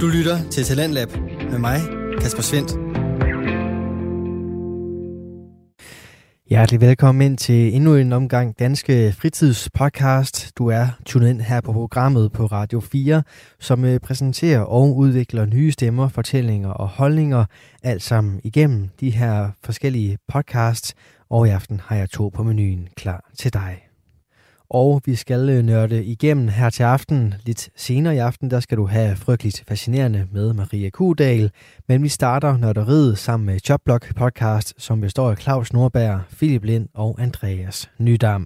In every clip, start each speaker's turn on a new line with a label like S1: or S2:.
S1: Du lytter til Talentlab med mig, Kasper Svendt. Hjertelig velkommen ind til endnu en omgang Danske Fritidspodcast. Du er tunet ind her på programmet på Radio 4, som præsenterer og udvikler nye stemmer, fortællinger og holdninger, alt sammen igennem de her forskellige podcasts. Og i aften har jeg 2 på menuen klar til dig. Og vi skal nørde igennem her til aften. Lidt senere i aften, der skal du have Frygteligt Fascinerende med Maria Kudal. Men vi starter nørderiet sammen med Jobblock podcast, som består af Claus Nordberg, Philip Lind og Andreas Nydam.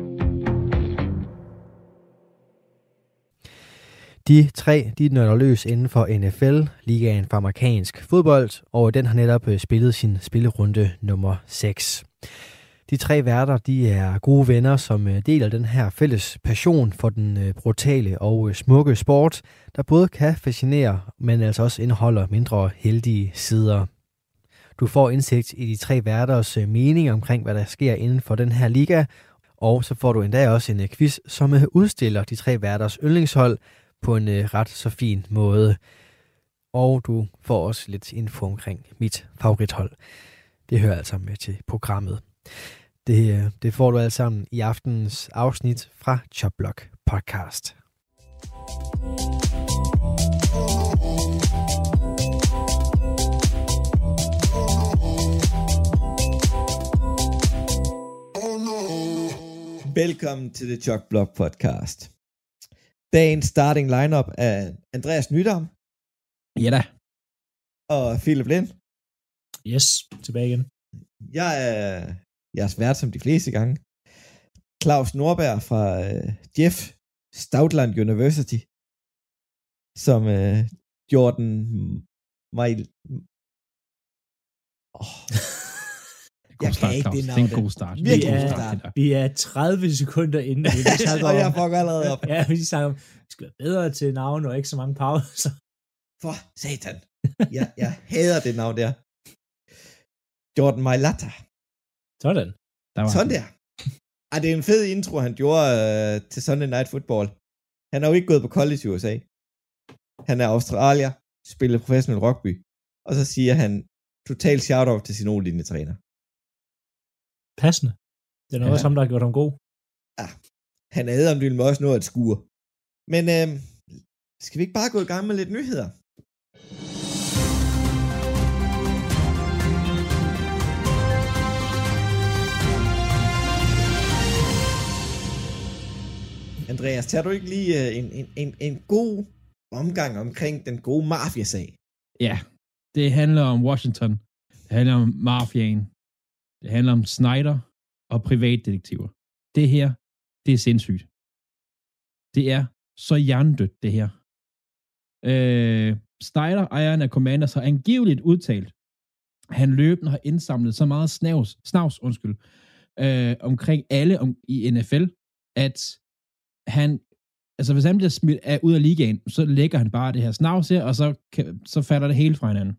S1: De 3, de nørder løs inden for NFL, ligaen for amerikansk fodbold, og den har netop spillet sin spillerunde nummer 6. De 3 værter, de er gode venner, som deler den her fælles passion for den brutale og smukke sport, der både kan fascinere, men altså også indeholder mindre heldige sider. Du får indsigt i de 3 værters mening omkring, hvad der sker inden for den her liga, og så får du endda også en quiz, som udstiller de 3 værters yndlingshold på en ret så fin måde. Og du får også lidt info omkring mit favorithold. Det hører altså med til programmet. Det får du alt sammen i aftenens afsnit fra Jobblock podcast.
S2: Velkommen til The Jobblock podcast. Dagens starting lineup er Andreas Nydam.
S3: Ja da.
S2: Og Philip Lind.
S3: Yes, tilbage igen.
S2: Jeg er jeres vært som de fleste gange. Claus Nordberg fra Jeff Stoutland University, som Jordan Jeg kan ikke det navn.
S3: Det er en god start.
S4: Vi er 30 sekunder inde.
S2: Og jeg fucker allerede op.
S4: Ja, vi snakker om, vi skal være bedre til navn og ikke så mange pauser.
S2: For satan. Jeg hader det navn der. Jordan Mailata.
S4: Sådan.
S2: Sådan der. Det er en fed intro, han gjorde til Sunday Night Football. Han har jo ikke gået på college i USA. Han er australier, spiller professionel rugby. Og så siger han total shout-out til sin O-linjetræner.
S4: Passende. Det er noget også ham, der har gjort ham god.
S2: Ja, han havde om det ville også nå at skure. Men skal vi ikke bare gå i gang med lidt nyheder? Andreas, tager du ikke lige en god omgang omkring den gode mafia-sag?
S3: Ja, det handler om Washington. Det handler om mafiaen. Det handler om Snyder og privatdetektiver. Det her, det er sindssygt. Det er så hjernedødt, det her. Snyder, ejeren af Commanders, har angiveligt udtalt, han løbende har indsamlet så meget snavs omkring alle i NFL, at han, altså hvis han bliver smidt ud af ligaen, så lægger han bare det her snavs her, og så falder det hele fra hinanden.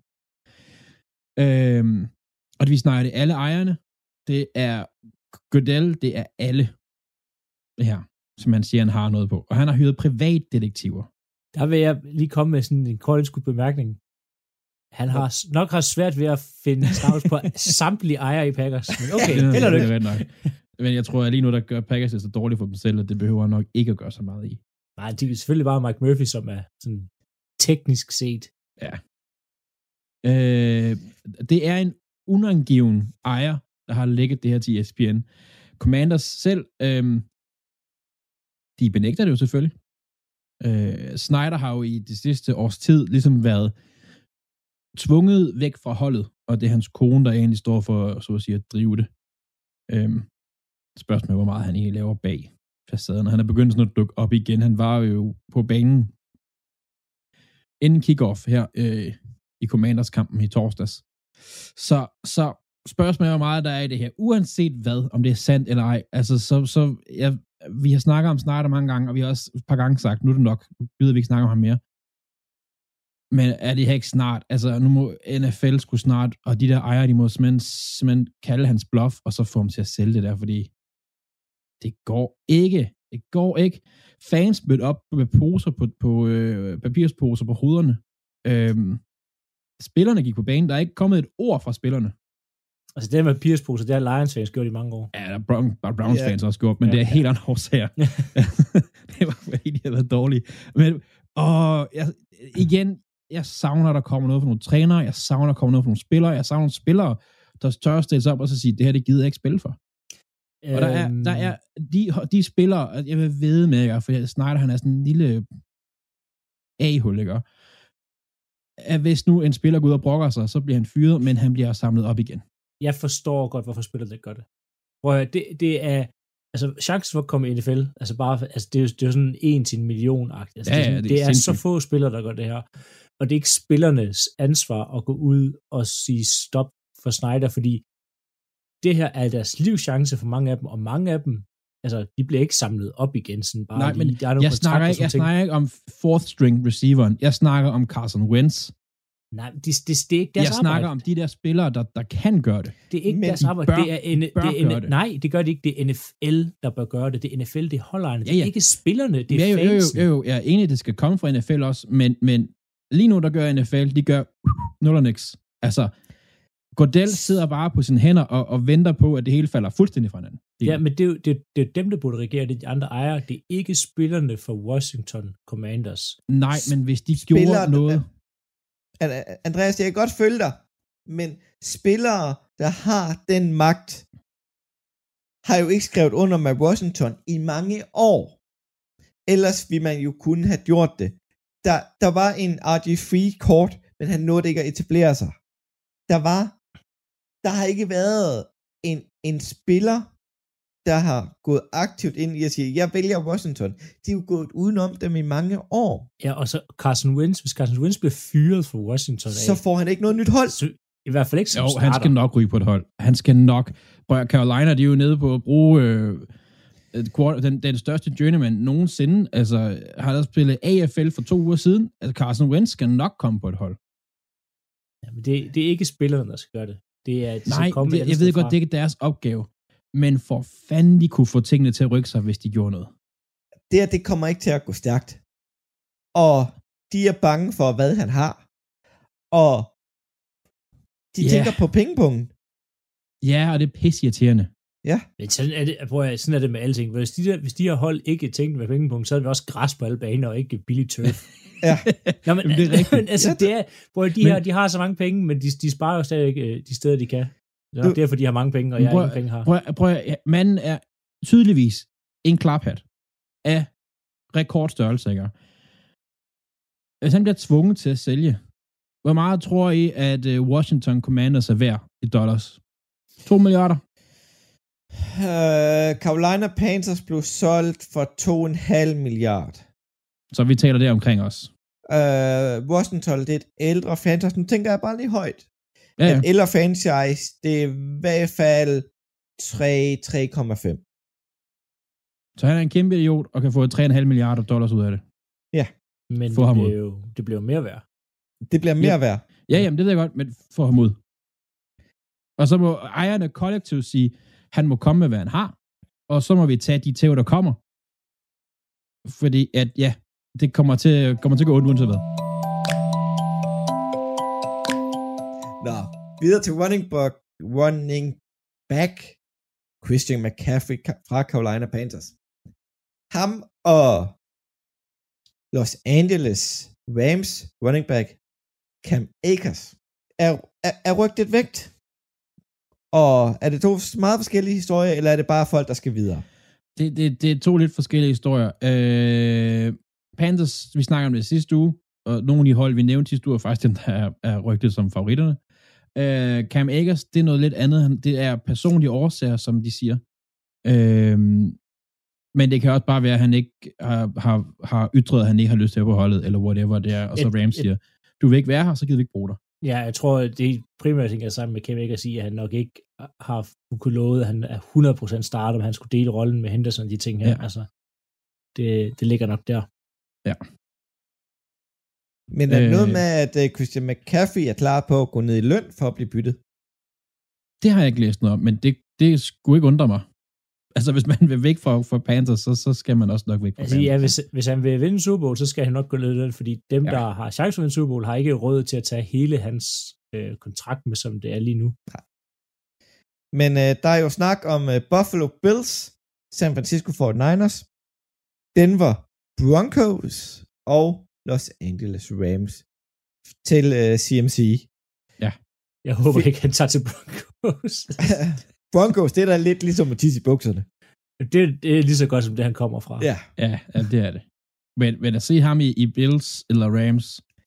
S3: Og vi snakker det alle ejerne, det er Goodell, det er alle det her, som han siger, han har noget på. Og han har hyret privatdetektiver.
S4: Der vil jeg lige komme med sådan en koldskud bemærkning. Han har nok svært ved at finde snavs på samtlige ejere i Packers. Men okay, eller
S3: det er nok. Men jeg tror, at lige nu, der gør Packers det så dårligt for dem selv, at det behøver han nok ikke at gøre så meget i.
S4: Nej, det er selvfølgelig bare Mike Murphy, som er sådan teknisk set.
S3: Ja. Det er en unangiven ejer, der har lægget det her til ESPN. Commanders selv, de benægter det jo selvfølgelig. Snyder har jo i det sidste års tid ligesom været tvunget væk fra holdet, og det er hans kone, der egentlig står for, så at sige, at drive det. Spørgsmålet, hvor meget han egentlig laver bag facaden, og han er begyndt sådan at dukke op igen. Han var jo på banen inden kickoff her i Commanders-kampen i torsdags. Så spørgsmålet er, hvor meget der er i det her, uanset hvad, om det er sandt eller ej. Altså, vi har snakket om Snyder mange gange, og vi har også et par gange sagt, nu er det nok, nu gider vi ikke snakke om ham mere. Men er det her ikke snart, altså nu må NFL skulle snart, og de der ejere, de må simpelthen kalde hans bluff, og så få ham til at sælge det der, fordi det går ikke. Det går ikke. Fans mødte op med poser på papirsposer på hovederne, Spillerne gik på banen. Der er ikke kommet et ord fra spillerne.
S4: Altså det med Pierce-poser, det har Lions fans gjort i mange år.
S3: Ja, der er Browns fans også gjort, men det er helt andre årsager. Det var fordi, de har været dårlige. Men jeg savner, der kommer noget fra nogle trænere, jeg savner, der kommer noget fra nogle spillere, jeg savner nogle spillere, der tør at stille sig op og så sige, det her, det gider jeg ikke spille for. Og der er de spillere, jeg vil vide med, for Snyder, han er sådan en lille A-hul, ikke? At hvis nu en spiller går ud og brokker sig, så bliver han fyret, men han bliver samlet op igen.
S4: Jeg forstår godt, hvorfor spillerne ikke gør det. Det er, altså chancen for at komme i NFL, altså bare, altså det er jo sådan 1 til 1 million-agtigt. Altså, det er så få spillere, der gør det her. Og det er ikke spillernes ansvar at gå ud og sige stop for Snyder, fordi det her er deres livschance for mange af dem, og mange af dem, altså, de bliver ikke samlet op igen, sådan bare.
S3: Nej, men jeg snakker ikke om fourth string receiveren. Jeg snakker om Carson Wentz.
S4: Nej, det er ikke deres arbejde.
S3: Jeg snakker om de der spillere, der kan gøre det.
S4: Det er ikke deres arbejde. Nej, det gør det ikke. Det er NFL, der bør gøre det. Det er NFL, det er holdejerne. Det er ikke spillerne, det er fansen.
S3: Jo, jeg er enig, det skal komme fra NFL også, men lige nu, der gør NFL, de gør nul og niks. Altså, Goodell sidder bare på sine hænder og venter på, at det hele falder fuldstændig fra hinanden.
S4: Ja, men det er dem, der burde regere det, de andre ejere. Det er ikke spillerne for Washington Commanders.
S3: Nej, men hvis de gjorde noget...
S2: Andreas, jeg kan godt følge dig, men spillere, der har den magt, har jo ikke skrevet under med Washington i mange år. Ellers ville man jo kunne have gjort det. Der var en RG3-kort, men han nåede ikke at etablere sig. Der har ikke været en spiller, der har gået aktivt ind i at sige, jeg vælger Washington. De er jo gået udenom dem i mange år.
S4: Ja, og så hvis Carson Wentz bliver fyret for Washington,
S2: så får han ikke noget nyt hold.
S4: Så, i hvert fald ikke som starter.
S3: Han skal nok ryge på et hold. Han skal nok. Carolina, de er jo nede på at bruge den største journeyman nogensinde. Altså, har der spillet AFL for 2 uger siden. Altså, Carson Wentz skal nok komme på et hold.
S4: Ja, men det er ikke spillerne, der skal gøre det. Det er,
S3: nej, jeg ved godt, det er ikke deres opgave. Men for fanden, de kunne få tingene til at rykke sig, hvis de gjorde noget.
S2: Det kommer ikke til at gå stærkt. Og de er bange for, hvad han har. Og de tænker på pengepunkten.
S3: Ja, og det er pisseirriterende.
S2: Ja.
S4: Men sådan er det med alting. Hvis de har holdt ikke tænkt med pengepunkt, så er det også græs på alle baner, og ikke billig turf.
S2: Ja.
S4: Nå, men, det er rigtigt. Altså, de har så mange penge, men de sparer jo stadig de steder, de kan. Ja, derfor de har mange penge, og jeg ingen penge har.
S3: Manden er tydeligvis en klaphat af rekordstørrelse, ikke? Hvis han bliver tvunget til at sælge, hvor meget tror I, at Washington Commanders er værd i dollars? 2 milliarder?
S2: Carolina Panthers blev solgt for 2,5 milliard.
S3: Så vi taler der omkring os.
S2: Washington, det er et ældre franchise. Nu tænker jeg bare lige højt.
S3: Ja.
S2: Et ældre franchise, det er i hvert fald 3,5.
S3: Så han er en kæmpe idiot, og kan få 3,5 milliarder dollars ud af det.
S2: Ja.
S4: Men det bliver mere værd.
S2: Det bliver mere værd.
S3: Ja, jamen det ved jeg godt, men få ham ud. Og så må ejerne kollektivt sige, han må komme med, hvad han har, og så må vi tage de tæv, der kommer. Fordi at, ja, det kommer til at gå ondt uanset hvad.
S2: Nå, videre til running back Christian McCaffrey fra Carolina Panthers. Ham og Los Angeles Rams running back Cam Akers er rygtet vægt. Og er det 2 meget forskellige historier, eller er det bare folk, der skal videre?
S3: Det er 2 lidt forskellige historier. Panthers, vi snakker om det sidste uge, og nogle i hold, vi nævnte sidste uge, er faktisk dem, der er rygtet som favoritterne. Cam Akers, det er noget lidt andet. Det er personlige årsager, som de siger. Men det kan også bare være, at han ikke har ytret, at han ikke har lyst til at på holdet, eller whatever det er. Og så Rams siger, du vil ikke være her, så gider vi ikke bruge dig.
S4: Ja, jeg tror, det primært ting er sammen med Cam Akers i, at han nok ikke har kunne love, at han er 100% starter, om han skulle dele rollen med Henderson, de ting her. Ja. Altså, det ligger nok der.
S3: Ja.
S2: Men er det noget med, at Christian McCaffrey er klar på at gå ned i løn for at blive byttet?
S3: Det har jeg ikke læst noget om, men det skulle ikke undre mig. Altså, hvis man vil væk fra Panthers, så skal man også nok væk fra Panthers.
S4: Ja, hvis han vil vinde Super Bowl, så skal han nok gå ned i den, fordi dem, der har chance for at vinde Super Bowl, har ikke råd til at tage hele hans kontrakt med, som det er lige nu.
S2: Men der er jo snak om Buffalo Bills, San Francisco 49ers, Denver Broncos og Los Angeles Rams til CMC.
S3: Ja.
S4: Jeg håber ikke, han tager til Broncos.
S2: Broncos, det er da lidt ligesom at tisse i bukserne.
S4: Det er lige så godt, som det, han kommer fra.
S3: Ja, det er det. Men at se ham i Bills eller Rams,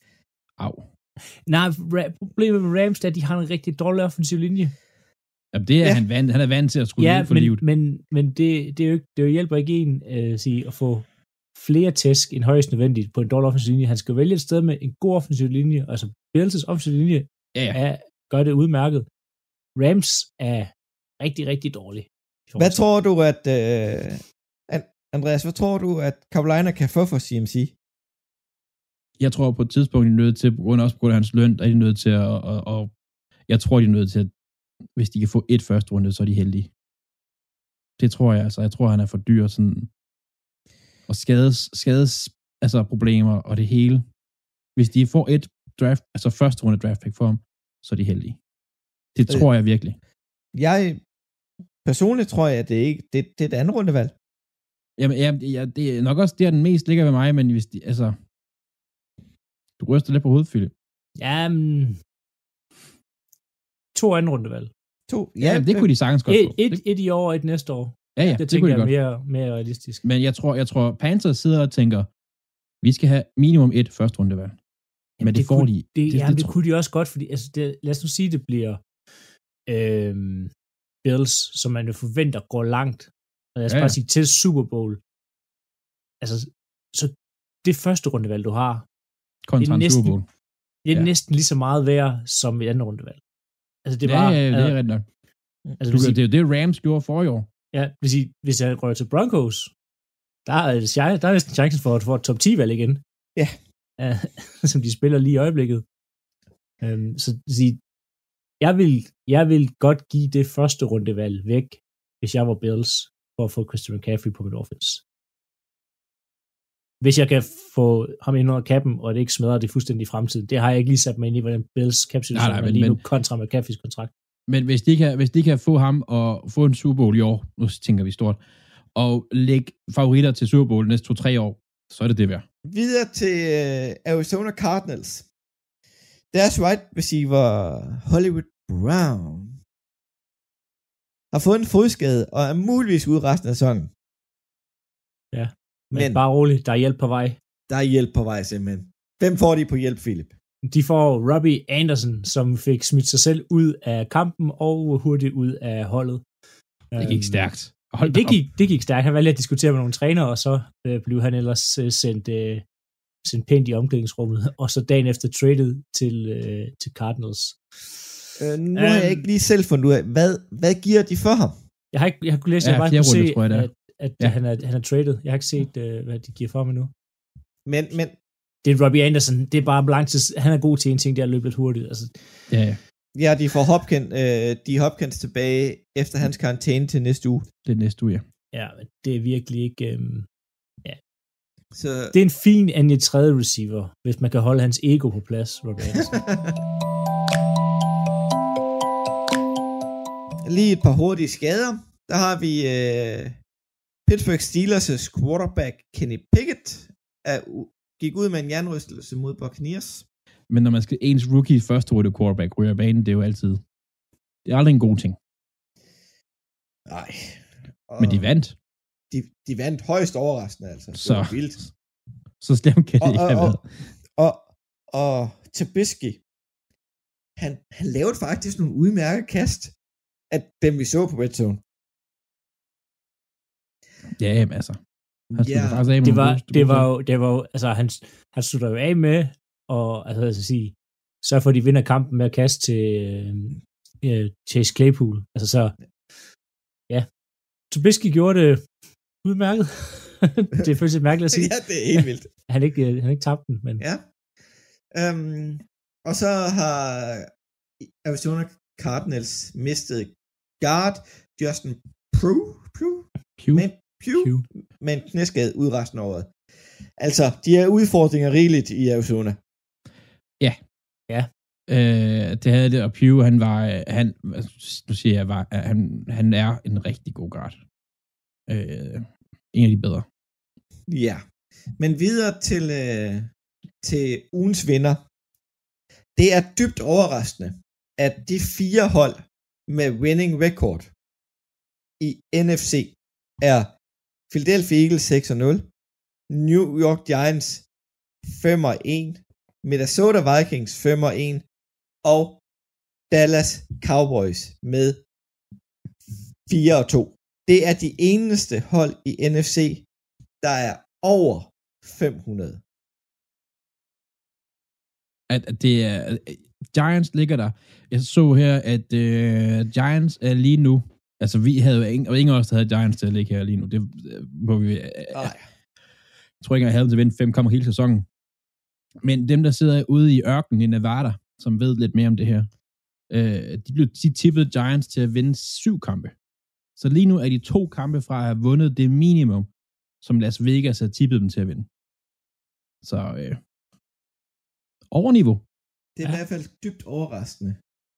S4: Nej, problemet med Rams er, at de har en rigtig dårlig offensiv linje.
S3: Jamen, det er han er vant til at skulle ud for livet.
S4: Men det hjælper ikke en at få flere tæsk end højst nødvendigt på en dårlig offensiv linje. Han skal vælge et sted med en god offensiv linje, altså Bills' offensiv linje gør det udmærket. Rams er rigtig, rigtig dårlig.
S2: Hvad tror du, at Andreas, hvad tror du, at Carolina kan få for CMC?
S3: Jeg tror på et tidspunkt, de er nødt til, på grund af hans løn, der er de nødt til at jeg tror, de er nødt til at, hvis de kan få et første runde, så er de heldige. Det tror jeg altså. Jeg tror, han er for dyr sådan, og skades altså problemer og det hele. Hvis de får et draft, altså første runde draft pick for ham, så er de heldige. Det tror jeg virkelig.
S2: Jeg personligt tror jeg, at det er et andet rundevalg.
S3: Jamen, det er nok også der, den mest ligger ved mig, men hvis de, altså, du ryster lidt på hovedet, Philip.
S4: Jamen, 2 anden rundevalg.
S2: 2?
S3: Ja, det kunne de sagtens godt få.
S4: Et i år og et næste år.
S3: Ja,
S4: det tænker jeg mere realistisk.
S3: Men jeg tror Panthers sidder og tænker, vi skal have minimum et første rundevalg. Men det får de.
S4: Det kunne de også godt, fordi altså, lad os nu sige, det bliver Bills, som man jo forventer går langt. Og lad os bare sige til Super Bowl. Altså, så det første rundevalg, du har,
S3: kontra en Super Bowl.
S4: Det er næsten lige så meget værd som et andet rundevalg. Altså, det var,
S3: det er rigtigt nok. Altså, det er jo det, Rams gjorde for i år.
S4: Ja, hvis jeg rører til Broncos, der er næsten chancen for at få et top 10-valg igen.
S2: Ja.
S4: Som de spiller lige i øjeblikket. Så jeg vil godt give det første rundevalg væk, hvis jeg var Bills, for at få Christian McCaffrey på mit offense. Hvis jeg kan få ham ind under kappen, og det ikke smadrer det fuldstændig i fremtiden. Det har jeg ikke lige sat mig ind i, hvordan Bills cap-situation er lige nu kontra McCaffreys kontrakt.
S3: Men hvis de kan få ham og få en Super Bowl i år, nu tænker vi stort, og lægge favoritter til Super Bowl næste 2-3 år, så er det værd.
S2: Videre til Arizona Cardinals. Deres wide receiver, Hollywood Brown, har fået en fodskade og er muligvis ude resten af sæsonen.
S4: Ja, men bare roligt, der er hjælp på vej.
S2: Der er hjælp på vej simpelthen. Hvem får de på hjælp, Philip?
S4: De får Robbie Anderson, som fik smidt sig selv ud af kampen og hurtigt ud af holdet.
S3: Det gik stærkt.
S4: Det gik stærkt. Han valgte at diskutere med nogle trænere, og så blev han ellers sendt pænt i omklædningsrummet, og så dagen efter traded til Cardinals.
S2: Nu har jeg ikke lige selv fundet ud af, hvad giver de for ham?
S4: Jeg har kunnet læse, jeg bare kunne se, at han er traded. Jeg har ikke set, hvad de giver for ham endnu.
S2: Men
S4: det er Robbie Anderson. Det er bare lang tid. Han er god til en ting, der er løbet lidt hurtigt. Altså.
S2: Ja, de får Hopkins tilbage efter hans karantæne til næste uge.
S3: Det er næste uge, ja.
S4: Ja, men det er virkelig ikke...
S2: Så...
S4: Det er en fin anden tredje receiver, hvis man kan holde hans ego på plads, Robbie Anderson.
S2: Lige et par hurtige skader. Der har vi Pittsburgh Steelers' quarterback Kenny Pickett gik ud med en hjernerystelse mod Buccaneers.
S3: Men når man skal ens rookie første runde quarterback ryger af banen, det er jo altid... Det er aldrig en god ting.
S2: Nej.
S3: Men de vandt.
S2: De vandt højst overraskende, altså. Det var vildt.
S3: Så slemt kan det ikke have været.
S2: Og Trubisky, han lavede faktisk nogle udmærkede kast af dem, vi så på Red Zone.
S3: Ja, altså.
S4: Det var jo, altså han slutter jo af med, og altså jeg skal sige, så for de vinder kampen med at kaste til Chase Claypool. Altså så, ja. Trubisky gjorde det udmærket. Det er faktisk mærkeligt at sige.
S2: Ja, det er helt vildt.
S4: Han ikke tabt den, men...
S2: Ja. Og så har Arizona Cardinals mistet guard Justin med en knæskade ud resten af året. Altså, de har udfordringer rigeligt i Arizona.
S3: Ja. Det havde det, og Pugh, han er en rigtig god guard. En af de bedre.
S2: Ja, men videre til ugens vinder. Det er dybt overraskende, at de 4 hold med winning record i NFC er Philadelphia Eagles 6-0, New York Giants 5-1, Minnesota Vikings 5-1 og Dallas Cowboys med 4-2. Det er de eneste hold i NFC, der er over 500.
S3: At det er Giants ligger der. Jeg så her, at Giants er lige nu. Altså, vi havde jo ingen af os, der havde Giants til at ligge her lige nu. Det må vi... Jeg tror ikke, jeg havde dem til at vinde 5 kampe hele sæsonen. Men dem, der sidder ude i ørkenen i Nevada, som ved lidt mere om det her, de tippede Giants til at vinde 7 kampe. Så lige nu er de 2 kampe fra at have vundet det minimum, som Las Vegas har tippet dem til at vinde. Så overniveau.
S2: Det er i hvert fald dybt overraskende.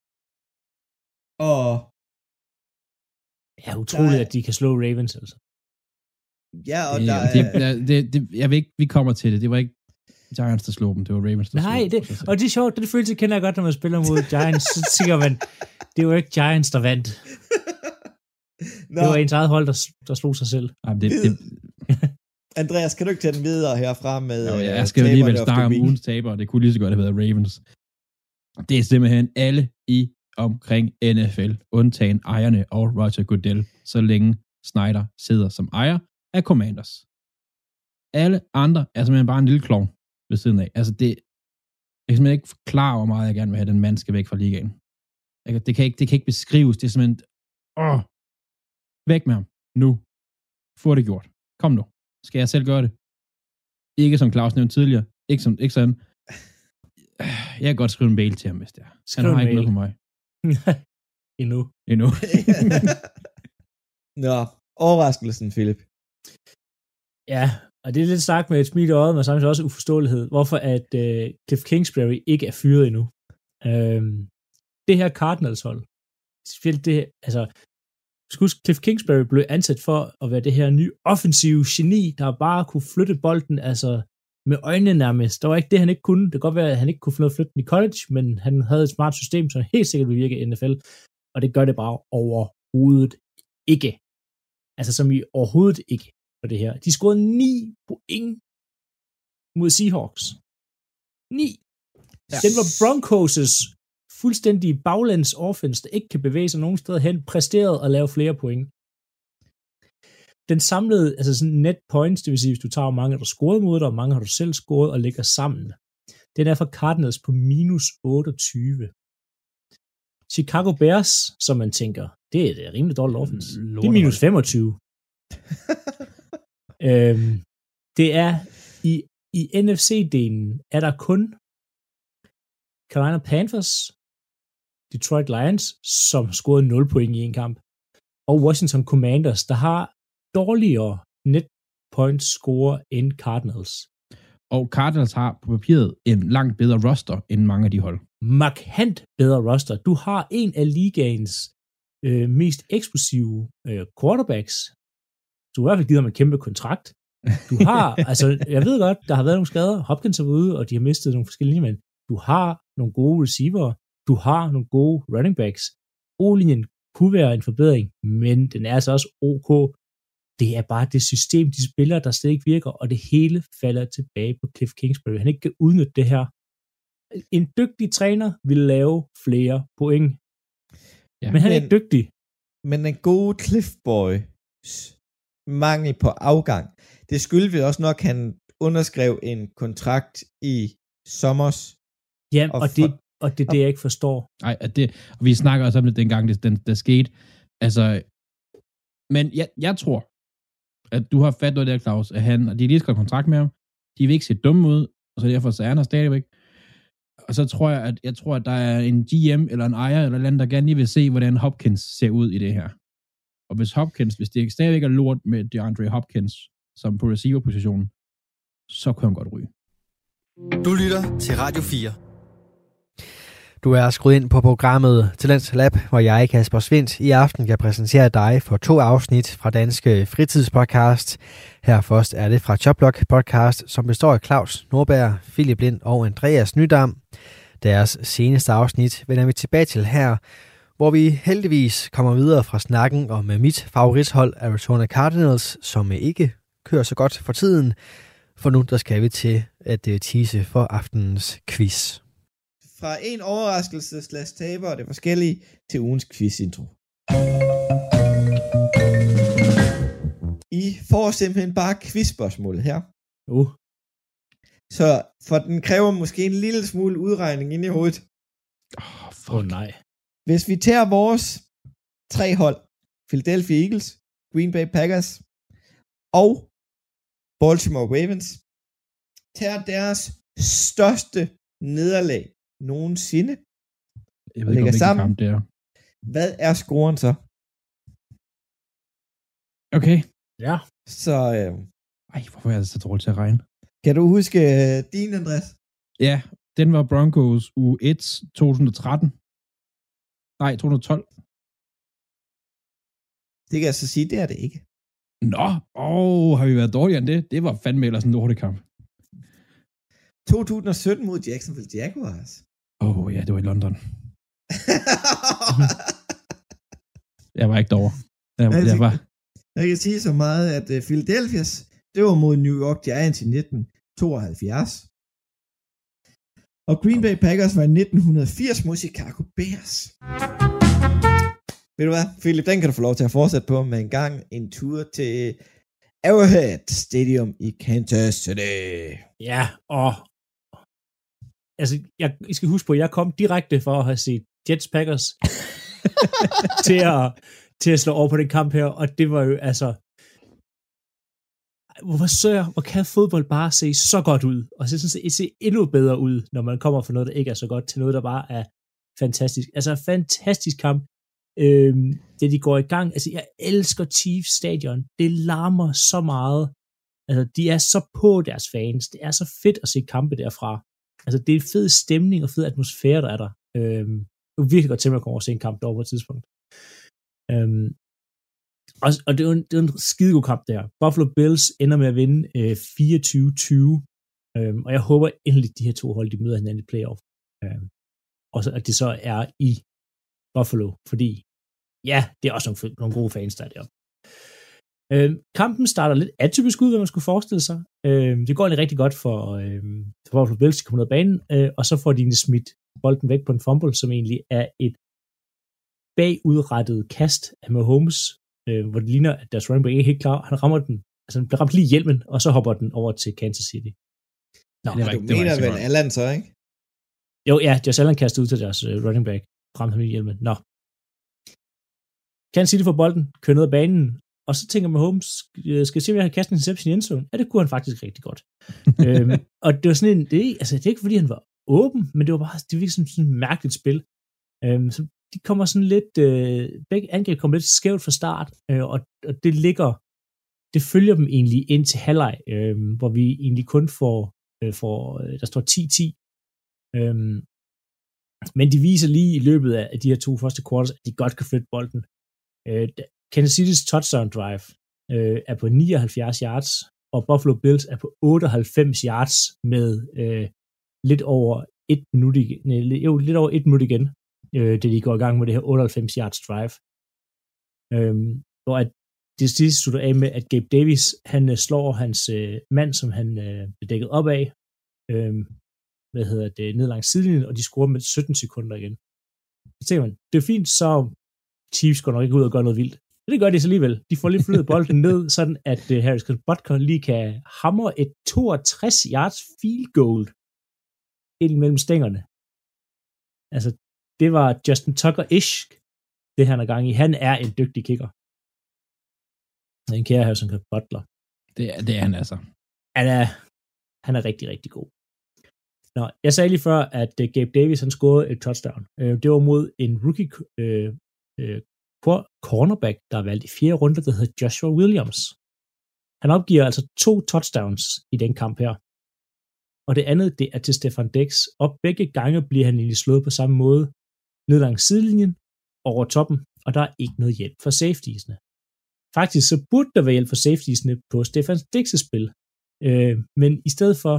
S2: Og
S4: ja, utroligt, at de kan slå Ravens, altså.
S2: Ja, og
S3: jeg ved ikke, vi kommer til det. Det var ikke Giants, der slog dem. Det var Ravens, der slog dem.
S4: Og det er sjovt. Den følelse kender jeg godt, når man spiller mod Giants. Så tænker man, det var ikke Giants, der vandt. Det var ens eget hold, der slog sig selv.
S2: Andreas, kan du ikke tage den videre herfra med...
S3: Jo, jeg skal jo alligevel snakke om ugens taber, og det kunne lige så godt have været Ravens. Det er simpelthen alle i omkring NFL, undtagen ejerne og Roger Goodell, så længe Snyder sidder som ejer af Commanders. Alle andre er simpelthen bare en lille klovn ved siden af. Altså det, jeg kan simpelthen ikke forklare, hvor meget jeg gerne vil have, den mand skal væk fra ligaen. Det kan ikke beskrives. Det er simpelthen, væk med ham. Nu. Få det gjort. Kom nu. Skal jeg selv gøre det? Ikke som Claus nævnte tidligere. Ikke sådan. Jeg kan godt skrive en mail til ham, hvis det er. Han har ikke noget på mig.
S4: Endnu.
S2: Nå, overraskelsen, Philip.
S4: Ja, og det er lidt sagt med et smil i øjet, men samtidig også uforståelighed, hvorfor at Cliff Kingsbury ikke er fyret endnu. Det her Cardinals-hold, altså, Cliff Kingsbury blev ansat for at være det her nye offensive geni, der bare kunne flytte bolden, altså med øjnene nærmest. Der var ikke det, han ikke kunne. Det kan godt være, at han ikke kunne få noget at flytte den i college, men han havde et smart system, som helt sikkert vil virke i NFL, og det gør det bare overhovedet ikke. Altså som i overhovedet ikke for det her. De scorede 9 point mod Seahawks. 9. Ja. Den var Broncos' fuldstændig baglands offense, der ikke kan bevæge sig nogen steder hen, præsteret og lave flere point. Den samlede, altså sådan net points, det vil sige, hvis du tager mange, der scorede mod dig, og mange har du selv scoret og lægger sammen. Den er for Cardinals på minus 28. Chicago Bears, som man tænker, det er et rimelig dårligt offense. Det er minus 25. Det er i NFC-delen er der kun Carolina Panthers, Detroit Lions, som scorede 0 point i en kamp, og Washington Commanders, der har dårligere net point score end Cardinals.
S3: Og Cardinals har på papiret en langt bedre roster end mange af de hold.
S4: Markant bedre roster. Du har en af ligaens mest eksplosive quarterbacks. Du har i hvert fald givet ham en kæmpe kontrakt. Du har, altså jeg ved godt, der har været nogle skader. Hopkins er ude, og de har mistet nogle forskellige, men du har nogle gode receiver. Du har nogle gode running backs. O-linjen kunne være en forbedring, men den er altså også ok. Det er bare det system, de spiller, der slet ikke virker, og det hele falder tilbage på Cliff Kingsbury. Han ikke kan udnytte det her. En dygtig træner vil lave flere point. Ja, men han er ikke dygtig.
S2: Men en god Cliff Boys mangel på afgang, det skyldes vi også nok, han underskrev en kontrakt i sommers.
S4: Ja, og det er det, jeg ikke forstår.
S3: Nej, og vi snakker også om det dengang, der skete. Altså, men jeg tror, at du har fat noget der, Claus, at han, og de lige skrevet kontrakt med ham, de vil ikke se dumme ud, og så derfor så er han her stadigvæk. Og så tror jeg, at der er en GM eller en ejer eller andet, der gerne lige vil se, hvordan Hopkins ser ud i det her. Og hvis det stadigvæk er lort med DeAndre Hopkins som på receiver-positionen, så kunne han godt ryge.
S1: Du lytter til Radio 4. Du er skruet ind på programmet Talent Lab, hvor jeg, Kasper Svindt, i aften kan præsentere dig for 2 afsnit fra Danske Fritidspodcast. Her først er det fra Choplock Podcast, som består af Claus Nordberg, Philip Lind og Andreas Nydam. Deres seneste afsnit vender vi tilbage til her, hvor vi heldigvis kommer videre fra snakken om mit favorithold Arizona Cardinals, som ikke kører så godt for tiden. For nu der skal vi til at tease for aftenens quiz.
S2: Fra en overraskelse / taber, og det forskellige, til ugens quiz-intro. I får simpelthen bare quiz-spørgsmål her. Så for den kræver måske en lille smule udregning ind i hovedet.
S4: Nej.
S2: Hvis vi tager vores 3 hold, Philadelphia Eagles, Green Bay Packers og Baltimore Ravens, tager deres største nederlag nogensinde og lægger sammen.
S3: Kamp, det er.
S2: Hvad er scoren så?
S3: Okay.
S4: Ja.
S2: Så
S3: hvorfor er jeg så dårlig til at regne?
S2: Kan du huske din, Andreas?
S3: Ja, den var Broncos uge 1 2013. Nej, 2012.
S2: Det kan jeg så sige, det er det ikke.
S3: Nå, har vi været dårligere end det? Det var fandme ellers en lortekamp.
S2: 2017 mod Jacksonville Jaguars.
S3: Ja, det var i London. Jeg var ikke derovre.
S2: Jeg kan sige så meget, at Philadelphia's, det var mod New York Giants i 1972. Og Green Bay Packers var i 1980 mod Chicago Bears. Ved du hvad, Philip, den kan du få lov til at fortsætte på med en tur til Arrowhead Stadium i Kansas City.
S4: Ja, og altså, I skal huske på, at jeg kom direkte for at have set Jets Packers til at slå over på den kamp her, og det var jo altså, hvor kan fodbold bare se så godt ud, og se endnu bedre ud, når man kommer fra noget, der ikke er så godt, til noget, der bare er fantastisk. Altså, fantastisk kamp. Det de går i gang, altså jeg elsker Chiefs stadion, det larmer så meget, altså de er så på deres fans, det er så fedt at se kampe derfra, altså det er fed stemning og fed atmosfære, der er der. Det er virkelig godt til at komme over og se en kamp derovre på et tidspunkt. Og det er en skidegod kamp der. Buffalo Bills ender med at vinde 24-20, og jeg håber endelig, de her 2 hold, de møder hinanden i playoff, og så at det så er i Buffalo, fordi ja, det er også nogle gode fans, der er deroppe. Kampen starter lidt atypisk ud, hvad man skulle forestille sig. Det går egentlig rigtig godt for Buffalo Bills, de kommer ned ad banen, og så får de smidt bolden væk på en fumble, som egentlig er et bagudrettet kast af Mahomes, hvor det ligner, at deres running back ikke er helt klar. Han rammer den, altså han bliver ramt lige i hjelmen, og så hopper den over til Kansas City.
S2: Nå, du mener vel Allen så, ikke?
S4: Jo, ja, Josh Allen kastede ud til deres running back, ramte ham i hjelmen. Nå. Kansas City får bolden, kører ned ad banen, og så tænker Mahomes, skal jeg se, om jeg har kastet en interception i endzone? Ja, det kunne han faktisk rigtig godt. Og det var sådan en, det er ikke fordi han var åben, men det var virkelig sådan et mærkeligt spil. Så de kommer sådan lidt, begge angreb kommer lidt skævt fra start, og det følger dem egentlig ind til halvleg, hvor vi egentlig kun får der står 10-10. Men de viser lige i løbet af de her 2 første quarters, at de godt kan flytte bolden. Kansas City's touchdown drive er på 79 yards, og Buffalo Bills er på 98 yards med lidt over 1 minut igen. Lidt over 1 minut igen, da de går i gang med det her 98 yards drive. Hvor at det sidste slutter af med, at Gabe Davis, han slår hans mand, som han blev dækket op af, ned langs sidelinjen, og de scorer med 17 sekunder igen. Så tænker man, det er fint, så Chiefs går nok ikke ud og gør noget vildt. Men det gør de så alligevel. De får lige flyttet bolden ned, sådan at Harrison Butker lige kan hamre et 62 yards field goal ind mellem stængerne. Altså, det var Justin Tucker-ish, det han er gang i. Han er en dygtig kicker. En kære Harrison Butler.
S3: Det er han altså.
S4: Han er rigtig, rigtig god. Nå, jeg sagde lige før, at Gabe Davis, han scorede et touchdown. Det var mod en rookie cornerback, der er valgt i 4. runde, der hedder Joshua Williams. Han opgiver altså 2 touchdowns i den kamp her. Og det andet, det er til Stefan Diggs, og begge gange bliver han egentlig slået på samme måde, ned langs sidelinjen, over toppen, og der er ikke noget hjælp for safetiesne. Faktisk så burde der være hjælp for safetiesne på Stefan Diggs' spil, men i stedet for,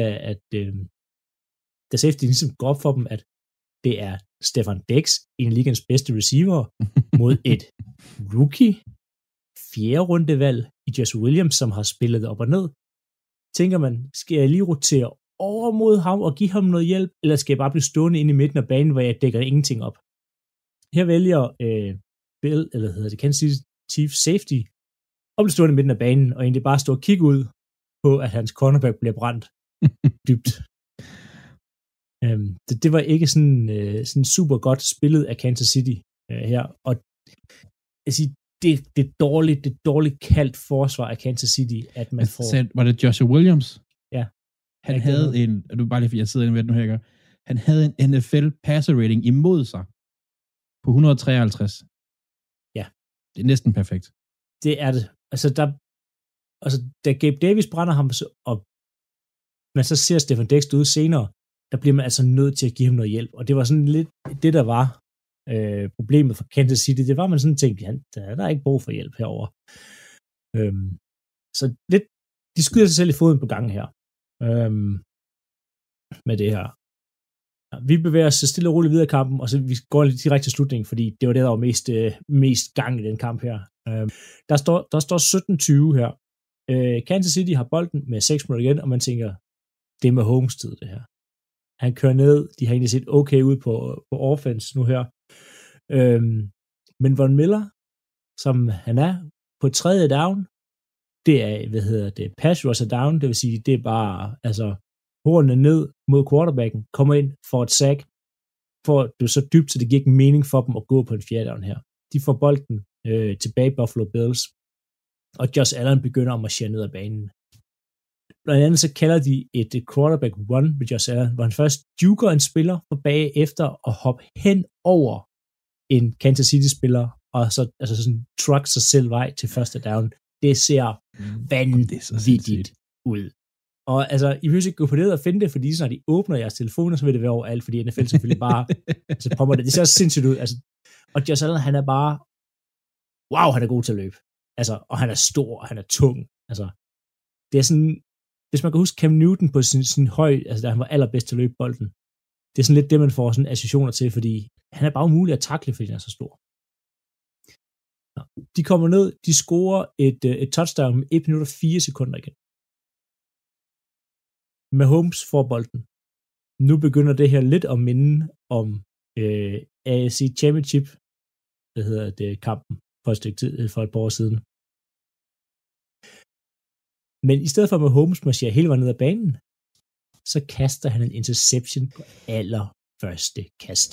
S4: da safety ligesom går op for dem, at det er Stefan Diggs, en af ligens bedste receiver, mod et rookie, 4. rundevalg i Joshua Williams, som har spillet op og ned, tænker man, skal jeg lige rotere over mod ham og give ham noget hjælp, eller skal jeg bare blive stående inde i midten af banen, hvor jeg dækker ingenting op? Her vælger Kansas City Chiefs safety at blive stående i midten af banen, og egentlig bare stå og kigge ud på, at hans cornerback bliver brændt dybt. Det var ikke sådan super godt spillet af Kansas City her, og jeg siger, det er dårligt kaldt forsvar af Kansas City, at man får...
S3: Var det Joshua Williams?
S4: Ja.
S3: Han havde en, og du bare lige fordi jeg sidder inde ved nu her, han havde en NFL passer rating imod sig på 153.
S4: Ja.
S3: Det er næsten perfekt.
S4: Det er det. Da Gabe Davis brænder ham, og man så ser Stefan Diggs ud senere, der bliver man altså nødt til at give ham noget hjælp. Og det var sådan lidt det, der var problemet for Kansas City. Det var, man sådan tænkte, der er ikke brug for hjælp herover. Så lidt, de skyder sig selv i foden på gangen her. Med det her. Vi bevæger os stille og roligt videre i kampen, og så vi går lidt direkte til slutningen, fordi det var det, der var mest gang i den kamp her. Der står 17-20 her. Kansas City har bolden med 6 minutter igen, og man tænker, det er med Holmes-tid, det her. Han kører ned, de har egentlig set okay ud på offense nu her. Men Von Miller, som han er på 3. down, det er, pass rusher down, det vil sige, det er bare, hornene ned mod quarterbacken, kommer ind for et sack, for det er så dybt, så det giver ikke mening for dem at gå på en 4. down her. De får bolden tilbage Buffalo Bills, og Josh Allen begynder at marchere ned ad banen. Blandt andet så kalder de et quarterback run med Josh Allen, hvor han først juker en spiller for bagefter og hopper hen over en Kansas City-spiller, og så sådan truck sig selv vej til 1. down. Det ser vanvittigt ud. Og I vil ikke gå på det og finde det, fordi når de åbner jeres telefoner, så vil det være overalt, fordi NFL selvfølgelig bare popper det. Det ser sindssygt ud. Og Josh Allen, han er bare, wow, han er god til at løbe. Og han er stor, og han er tung. Det er sådan, hvis man kan huske Cam Newton på sin høj, da han var allerbedst til at løbe bolden, det er sådan lidt det, man får sådan associationer til, fordi han er bare umulig at takle, fordi han er så stor. De kommer ned, de scorer et touchdown med 1 minut og 4 sekunder igen. Mahomes får bolden. Nu begynder det her lidt at minde om AFC Championship, kampen for et par år siden. Men i stedet for at Mahomes marcherer hele vejen ned ad banen, så kaster han en interception på allerførste kast.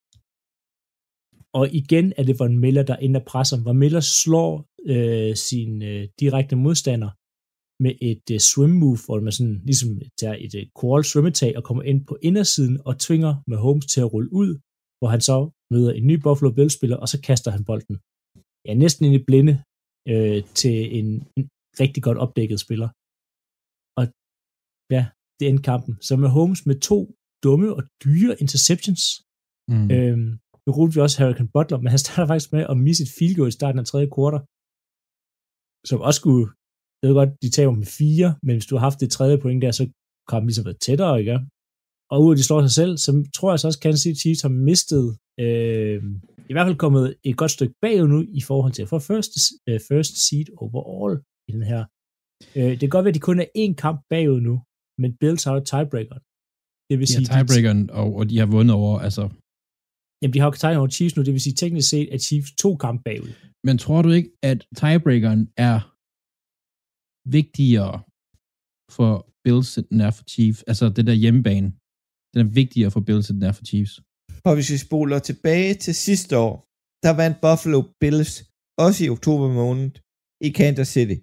S4: Og igen er det Von Miller, der ender presser. Von Miller slår sin direkte modstander med et swim move, hvor man sådan ligesom tager et crawl svømmetag og kommer ind på indersiden og tvinger Mahomes til at rulle ud, hvor han så møder en ny Buffalo Bills-spiller, og så kaster han bolden. Ja, næsten ind i blinde til en rigtig godt opdækket spiller. Og ja, det endte kampen. Så Mahomes med 2 dumme og dyre interceptions. Nu rullede vi også Hurricane Butler, men han starter faktisk med at misse et field goal i starten af 3. kvartal, som også skulle, jeg ved godt, de tager med 4, men hvis du har haft det 3. point der, så kan det ligesom være tættere, ikke? Og ud af de slår sig selv, så tror jeg så også, Kansas City Chiefs har mistet, i hvert fald kommet et godt stykke bagud nu, i forhold til at få first seed overall i den her. Det kan godt være, at de kun er 1 kamp bagud nu, men Bills har jo tiebreakeren. Det vil sige,
S3: tiebreakeren, og de har vundet over,
S4: Jamen, de har jo tiebreakeren over Chiefs nu, det vil sige teknisk set, at Chiefs 2 kamp bagud.
S3: Men tror du ikke, at tiebreakeren er vigtigere for Bills, end den er for Chiefs? Det der hjemmebane, den er vigtigere for Bills, end den er for Chiefs.
S2: Og hvis vi spoler tilbage til sidste år, der vandt Buffalo Bills også i oktober måned i Kansas City.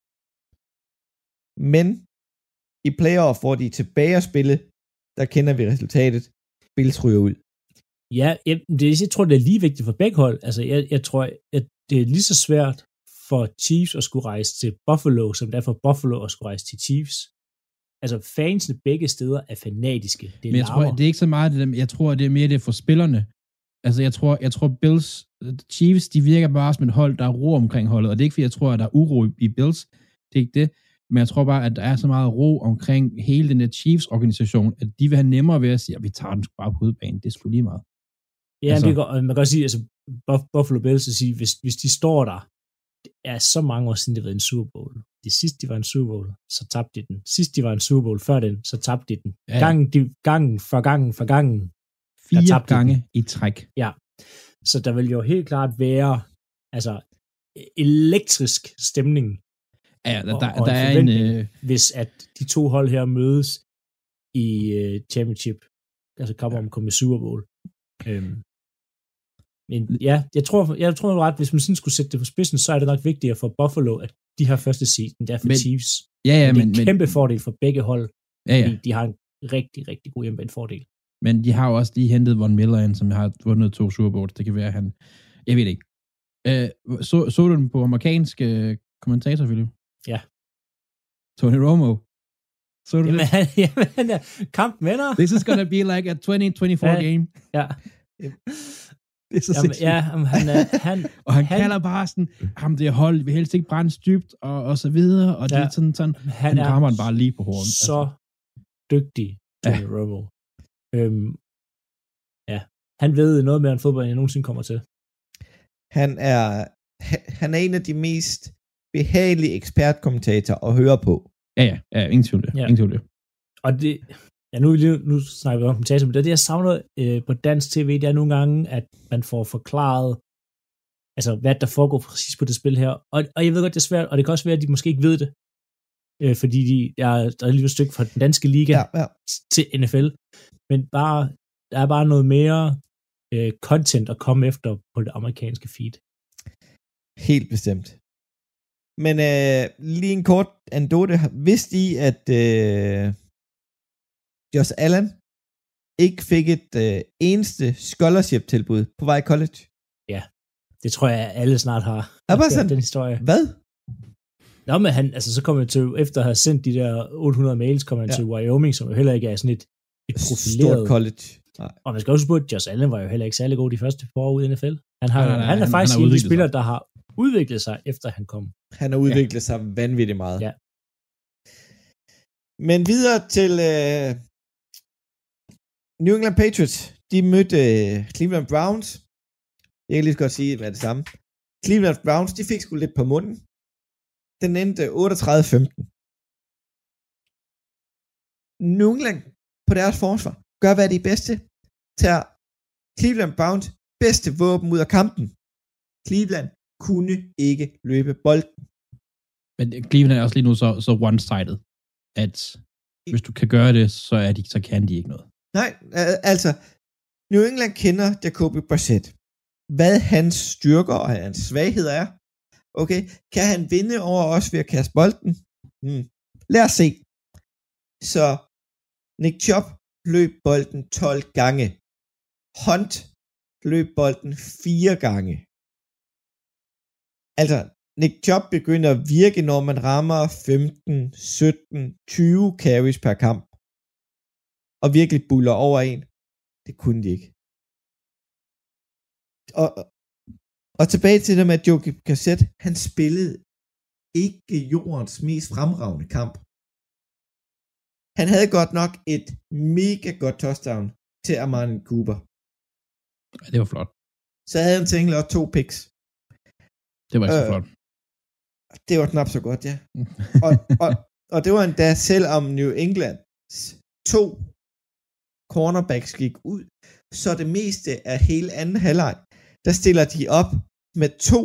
S2: Men i playoff, hvor de er tilbage at spille, der kender vi resultatet. Bills ryger ud.
S4: Ja, jeg tror, det er lige vigtigt for begge hold. Altså, jeg tror, at det er lige så svært for Chiefs at skulle rejse til Buffalo, som det er for Buffalo at skulle rejse til Chiefs. Altså, fansene begge steder er fanatiske.
S3: Men jeg tror, det er ikke så meget det der, jeg tror, det er mere det for spillerne. Altså, jeg tror Bills, Chiefs, de virker bare som et hold, der er ro omkring holdet, og det er ikke, fordi jeg tror, at der er uro i Bills. Det er ikke det. Men jeg tror bare, at der er så meget ro omkring hele den der Chiefs-organisation, at de vil have nemmere ved at sige, at vi tager den sgu bare på hovedbanen. Det er sgu lige meget.
S4: Ja, altså, man kan også sige, altså Buffalo Bills at sige, hvis de står der, det er så mange år siden, det var en Super Bowl. Det sidste, de var en Super Bowl, så tabte de den. Sidst, de var en Super Bowl, før den, så tabte de den.
S3: Ja.
S4: Gangen for gangen.
S3: 4 gange i træk.
S4: Ja, så der vil jo helt klart være altså elektrisk stemning.
S3: Ja, der er en...
S4: Hvis at de to hold her mødes i championship, altså kampen om at komme i Super Bowl. Men ja, jeg tror ret, hvis man sådan skulle sætte det på spidsen, så er det nok vigtigere for Buffalo, at de har første season, der for Chiefs.
S3: Ja,
S4: det er en kæmpe fordel for begge hold,
S3: ja.
S4: fordi de har en rigtig, rigtig god hjemmebane-fordel.
S3: Men de har jo også lige hentet Von Miller ind, som har vundet 2 Super Bowls. Det kan være, han... Jeg ved ikke. Så du den på amerikansk kommentator, Philip?
S4: Ja.
S3: Tony Romo. Så du
S4: jamen, han er kampvinder.
S3: This is gonna be like a 2024 game.
S4: Ja.
S3: Det er så sindssygt.
S4: Ja, han
S3: og han kalder bare sådan, ham det hold, vi helst ikke brænde dybt, og så videre, og det er sådan, han rammer den bare lige på hånden.
S4: Så dygtig, Tony Romo. Ja, han ved noget mere om fodbold, end jeg nogensinde kommer til.
S2: Han er en af de mest behagelige ekspertkommentatorer at høre på.
S3: Ja, ingen tvivl det. Ingen tvivl det.
S4: Og det, ja, nu snakker vi om kommentator, men det jeg savner på dansk tv, det er nogle gange, at man får forklaret, altså hvad der foregår præcis på det spil her. Og jeg ved godt, det er svært, og det kan også være, at de måske ikke ved det, fordi der er lige et stykke fra den danske liga til NFL, men der er bare noget mere content at komme efter på det amerikanske feed.
S2: Helt bestemt. Men lige en kort anekdote. Vidste I, at Josh Allen ikke fik et eneste scholarship-tilbud på vej college?
S4: Ja, det tror jeg, alle snart har. Den historie.
S2: Hvad?
S4: Nå, men så kommer han til, efter at have sendt de der 800 mails, kommer han til Wyoming, som jo heller ikke er sådan et profileret...
S2: Stort college.
S4: Nej. Og man skal også spørge, at Josh Allen var jo heller ikke særlig god de første par år ude i NFL. Han er faktisk en af de spillere, der har udviklet sig, efter han kom.
S2: Han har udviklet sig vanvittigt meget.
S4: Ja.
S2: Men videre til New England Patriots. De mødte Cleveland Browns. Jeg kan lige så godt sige, hvad det samme. Cleveland Browns, de fik sgu lidt på munden. Den endte 38-15. New England på deres forsvar gør, hvad de er bedste. Tager Cleveland Browns bedste våben ud af kampen. Cleveland kunne ikke løbe bolden.
S3: Men Cleveland er også lige nu så one-sided, at hvis du kan gøre det, så kan de ikke noget.
S2: Nej, altså New England kender Jacoby Brissett. Hvad hans styrker og hans svagheder er. Okay, kan han vinde over os ved at kaste bolden? Lad os se. Så Nick Chubb løb bolden 12 gange. Hunt løb bolden 4 gange. Altså, Nick Chubb begynder at virke, når man rammer 15, 17, 20 carries per kamp. Og virkelig buller over en. Det kunne de ikke. Og tilbage til det med Jacoby Brissett. Han spillede ikke jordens mest fremragende kamp. Han havde godt nok et mega godt touchdown til Amari Cooper.
S3: Det var flot.
S2: Så havde han tænkt at 2 picks.
S3: Det var ikke så flot.
S2: Det var knap så godt, ja. og det var endda selvom New Englands 2 cornerbacks gik ud, så det meste af hele anden halvleg, der stiller de op med 2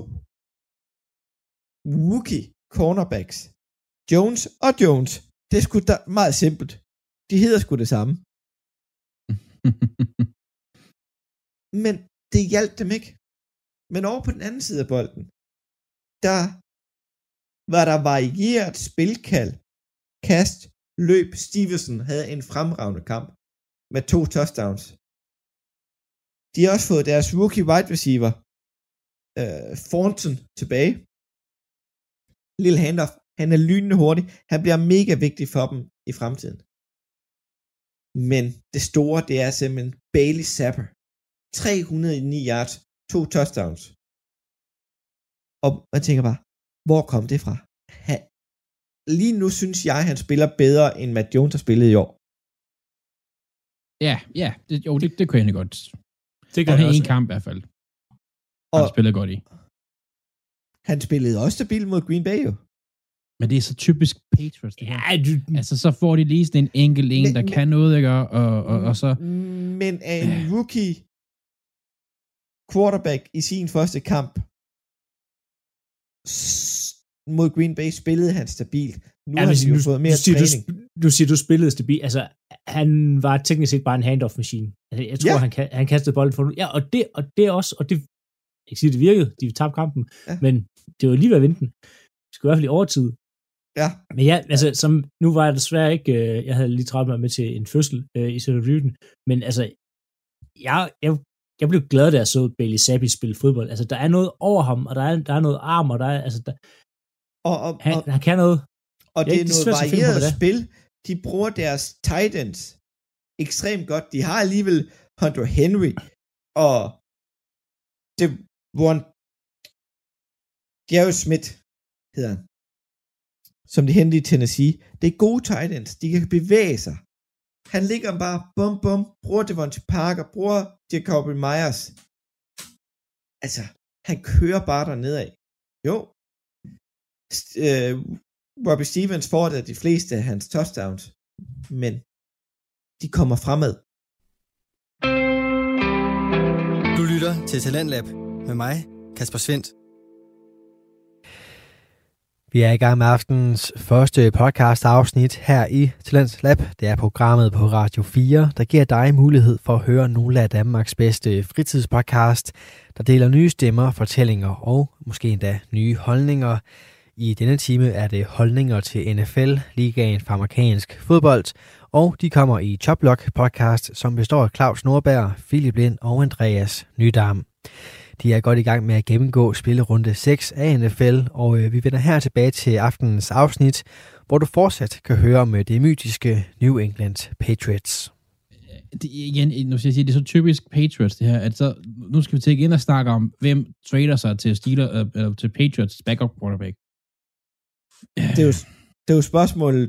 S2: rookie cornerbacks. Jones. Det er sgu da meget simpelt. De hedder sgu det samme. Men det hjalp dem ikke. Men over på den anden side af bolden, der var der varieret spilkald, kast, løb. Stevenson havde en fremragende kamp med 2 touchdowns. De har også fået deres rookie wide receiver, Thornton, tilbage. Lille handoff. Han er lynende hurtig. Han bliver mega vigtig for dem i fremtiden. Men det store, det er simpelthen Bailey Zapper. 309 yards, 2 touchdowns. Og man tænker bare, hvor kom det fra? Lige nu synes jeg, han spiller bedre, end Matt Jones har spillet i år.
S3: Ja, det kunne jeg egentlig godt.
S4: Det gør
S3: han en kamp i hvert fald. Han spillede godt i.
S2: Han spillede også stabilt mod Green Bay, jo.
S3: Men det er så typisk Patriots. Det altså, så får de lige sådan en enkelt der kan noget, ikke? Og så...
S2: Men er en rookie quarterback i sin første kamp mod Green Bay spillede han stabilt. Nu har han jo fået mere træning.
S4: Du siger, du spillede stabilt. Altså, han var teknisk set bare en handoff-maskine. Altså, jeg tror, han kastede bolden for nu. Ja, og det også, og det, jeg kan sige, det virkede. De tabte kampen, men det var lige ved at vinde den. Det skulle i hvert fald i overtid.
S2: Ja.
S4: Men ja, altså, nu var jeg desværre ikke, jeg havde lige travlt mig med til en fødsel i Sønderjyden, men altså, jeg blev glad, da jeg så Bailey Zappi spille fodbold. Altså, der er noget over ham, og der er noget arm, og der er, altså, han kan noget.
S2: Og det er noget varieret spil. De bruger deres tight ends ekstremt godt. De har alligevel Hunter Henry, og det var Jerry Smith, hedder han, som de hentede i Tennessee. Det er gode tight ends. De kan bevæge sig. Han ligger bare bum bum, bruger Devontae Parker, bruger Jacoby Myers. Altså, han kører bare dernede af. Jo. Robbie Stevens får da de fleste af hans touchdowns, men de kommer fremad.
S5: Du lytter til Talentlab med mig, Kasper Svendt.
S1: Vi er i gang med aftenens første podcast-afsnit her i Talents Lab. Det er programmet på Radio 4, der giver dig mulighed for at høre nogle af Danmarks bedste fritidspodcast, der deler nye stemmer, fortællinger og måske endda nye holdninger. I denne time er det holdninger til NFL, ligaen for amerikansk fodbold, og de kommer i Choplock podcast, som består af Claus Nordberg, Philip Lind og Andreas Nydam. De er godt i gang med at gennemgå spillerunde 6 af NFL, og vi vender her tilbage til aftenens afsnit, hvor du fortsat kan høre om det mytiske New England Patriots.
S3: Nu skal jeg sige, det er så typisk Patriots det her, at så, nu skal vi til igen og snakke om, hvem trader sig til til Patriots backup quarterback.
S2: Det er jo spørgsmålet.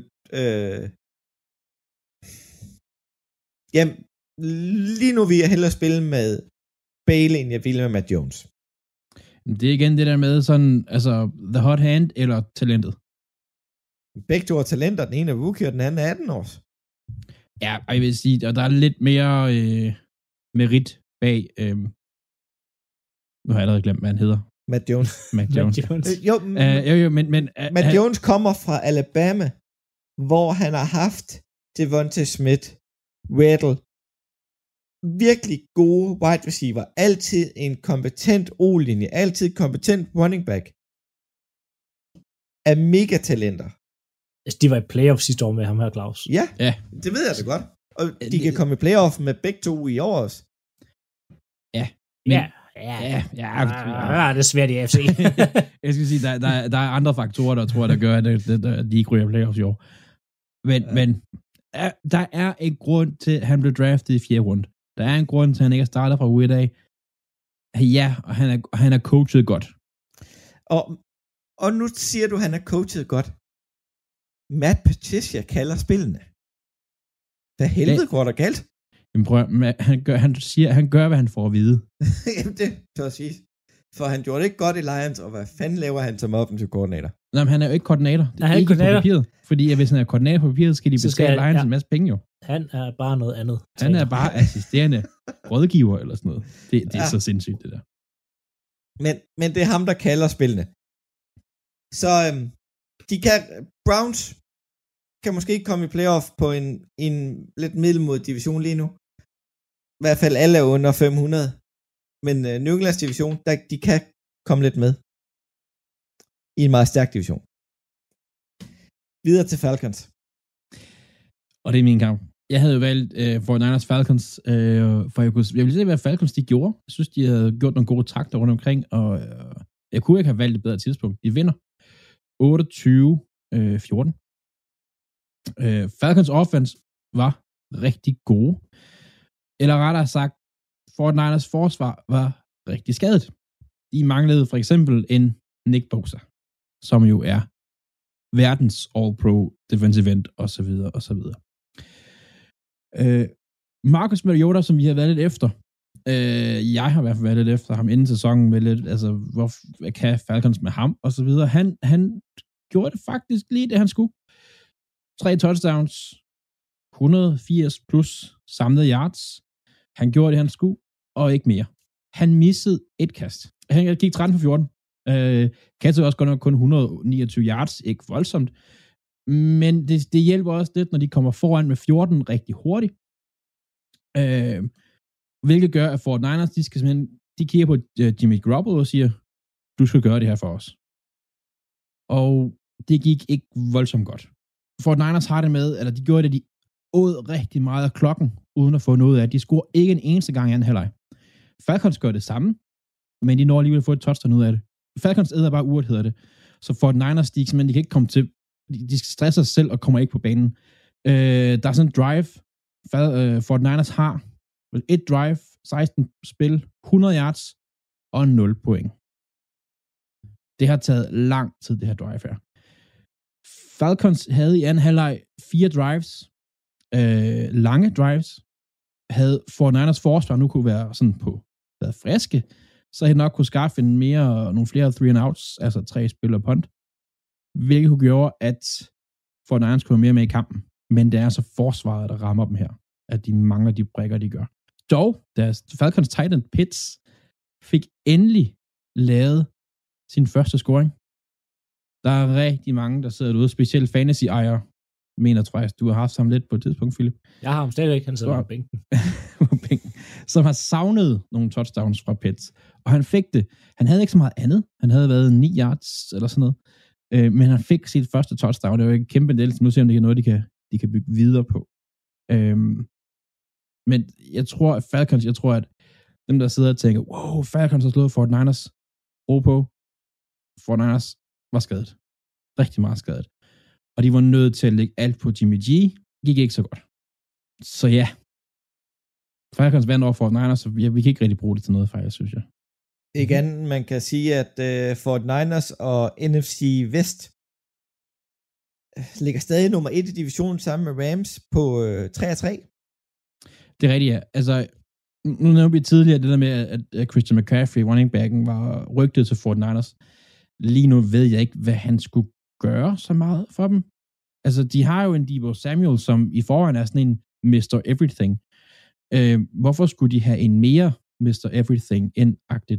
S2: Jamen, lige nu vil jeg hellere spille med Bailey, end jeg vil med Matt Jones.
S3: Det er igen det der med sådan, altså, the hot hand eller talentet.
S2: Begge to er talenter, den ene er rookie, og den anden er 18 år.
S3: Ja, jeg vil sige, og der er lidt mere merit bag, nu har jeg allerede glemt, hvad han hedder.
S2: Matt Jones.
S3: Matt Jones. Men
S2: Matt Jones kommer fra Alabama, hvor han har haft Devontae Smith, Weddle, virkelig gode wide receiver, altid en kompetent O-linje, altid kompetent running back, er megatalenter.
S4: Altså, de var i playoff sidste år med ham her, Claus.
S2: Ja, det ved jeg da godt. Og de kan komme i playoff med begge to i år også.
S3: Ja.
S4: Det er svært i AFC.
S3: Jeg skal sige, der er andre faktorer, der tror, der gør, at de ikke ryger playoffs i år. Men der er en grund til, at han blev draftet i 4. runde. Der er en grund til, at han ikke er startet fra ude i dag. Ja, og han er coachet godt.
S2: Og nu siger du, at han er coachet godt. Matt Patricia kalder spillene. Hvad helvede går der galt?
S3: Jamen prøv, han gør, hvad han får at vide.
S2: Jamen det tør at sige. For han gjorde det ikke godt i Lions, og hvad fanden laver han som offensiv koordinator?
S3: Nej, men han er jo ikke koordinator. Det er ikke på papiret. Fordi hvis han er koordinator på papiret, skal de betale Lions en masse penge jo.
S4: Han er bare noget andet.
S3: Han er bare assisterende rådgiver eller sådan noget. Det er så sindssygt, det der.
S2: Men det er ham, der kalder spillene. Så Browns kan måske ikke komme i playoff på en lidt middelmodig division lige nu. I hvert fald alle er under 500. Men New Englands division, de kan komme lidt med. I en meget stærk division. Videre til Falcons.
S3: Og det er min kamp. Jeg havde jo valgt 49ers Falcons, for jeg ville se, hvad Falcons de gjorde. Jeg synes, de havde gjort nogle gode takter rundt omkring, og jeg kunne ikke have valgt et bedre tidspunkt. De vinder 28-14. Falcons offense var rigtig gode. Eller rettere sagt, 49ers forsvar var rigtig skadet. De manglede for eksempel en Nick Bosa, som jo er verdens All-Pro defensive end, og så videre, og så videre. Marcus Mariota, som vi har været lidt efter, jeg har i hvert fald været lidt efter ham inden sæsonen, med lidt, altså, hvad kan Falcons med ham, og så videre. Han gjorde det faktisk lige det, han skulle. 3 touchdowns, 180 plus samlede yards. Han gjorde det, han skulle, og ikke mere. Han missede et kast. Han gik 13 for 14. Kastede også godt nok kun 129 yards, ikke voldsomt. Men det hjælper også lidt, når de kommer foran med 14 rigtig hurtigt. Hvilket gør, at 49ers, de kigger på Jimmy Garoppolo og siger, du skal gøre det her for os. Og det gik ikke voldsomt godt. 49ers har det med, eller de gjorde det, de åd rigtig meget af klokken, uden at få noget af. De scorer ikke en eneste gang i anden halvleg. Falcons gør det samme, men de når alligevel at få et touchdown ud af det. Falcons æder bare uret, hedder det. Så 49ers, de kan ikke komme til, de stresser sig selv og kommer ikke på banen. Der er sådan en drive, 49ers har et drive, 16 spil, 100 yards og 0 point. Det har taget lang tid, det her drive her. Falcons havde i anden halvleg 4 drives, lange drives, havde 49ers forsvar nu kunne være sådan på været friske, så havde nok kunne skaffe nogle flere 3-and-outs, altså 3 spil og punt, hvilket kunne gøre, at 49ers kunne være mere med i kampen. Men det er så forsvaret, der rammer dem her, at de mangler de brikker, de gør. Dog, deres Falcons tight end Pitts fik endelig lavet sin første scoring. Der er rigtig mange, der sidder derude, specielt fantasy-ejere, tror jeg, du har haft ham lidt på et tidspunkt, Philip.
S4: Jeg har ham stadigvæk, han sidder på bænken.
S3: på bænken. Som har savnet nogle touchdowns fra Pitts. Og han fik det. Han havde ikke så meget andet. Han havde været 9 yards eller sådan noget. Men han fik sit første touchdown. Det var ikke kæmpe del. Nu ser om det er noget, de kan bygge videre på. Men jeg tror, at Falcons, at dem, der sidder og tænker, wow, Falcons har slået 49ers. Ro på. 49ers var skadet. Rigtig meget skadet. Og de var nødt til at lægge alt på Jimmy G. Gik ikke så godt. Så ja. Falcons vandt over 49ers, så vi kan ikke rigtig bruge det til noget, faktisk, synes jeg.
S2: Igen, man kan sige, at 49ers og NFC Vest ligger stadig nummer 1 i divisionen sammen med Rams på 3-3.
S3: Det er rigtigt, ja. Altså, nu nævnte vi tidligere det der med, at Christian McCaffrey, running backen, var rygtet til 49ers. Lige nu ved jeg ikke, hvad han skulle gøre så meget for dem. Altså, de har jo en Deebo Samuel, som i forvejen er sådan en Mr. Everything. Hvorfor skulle de have en mere Mr. Everything end-agtigt?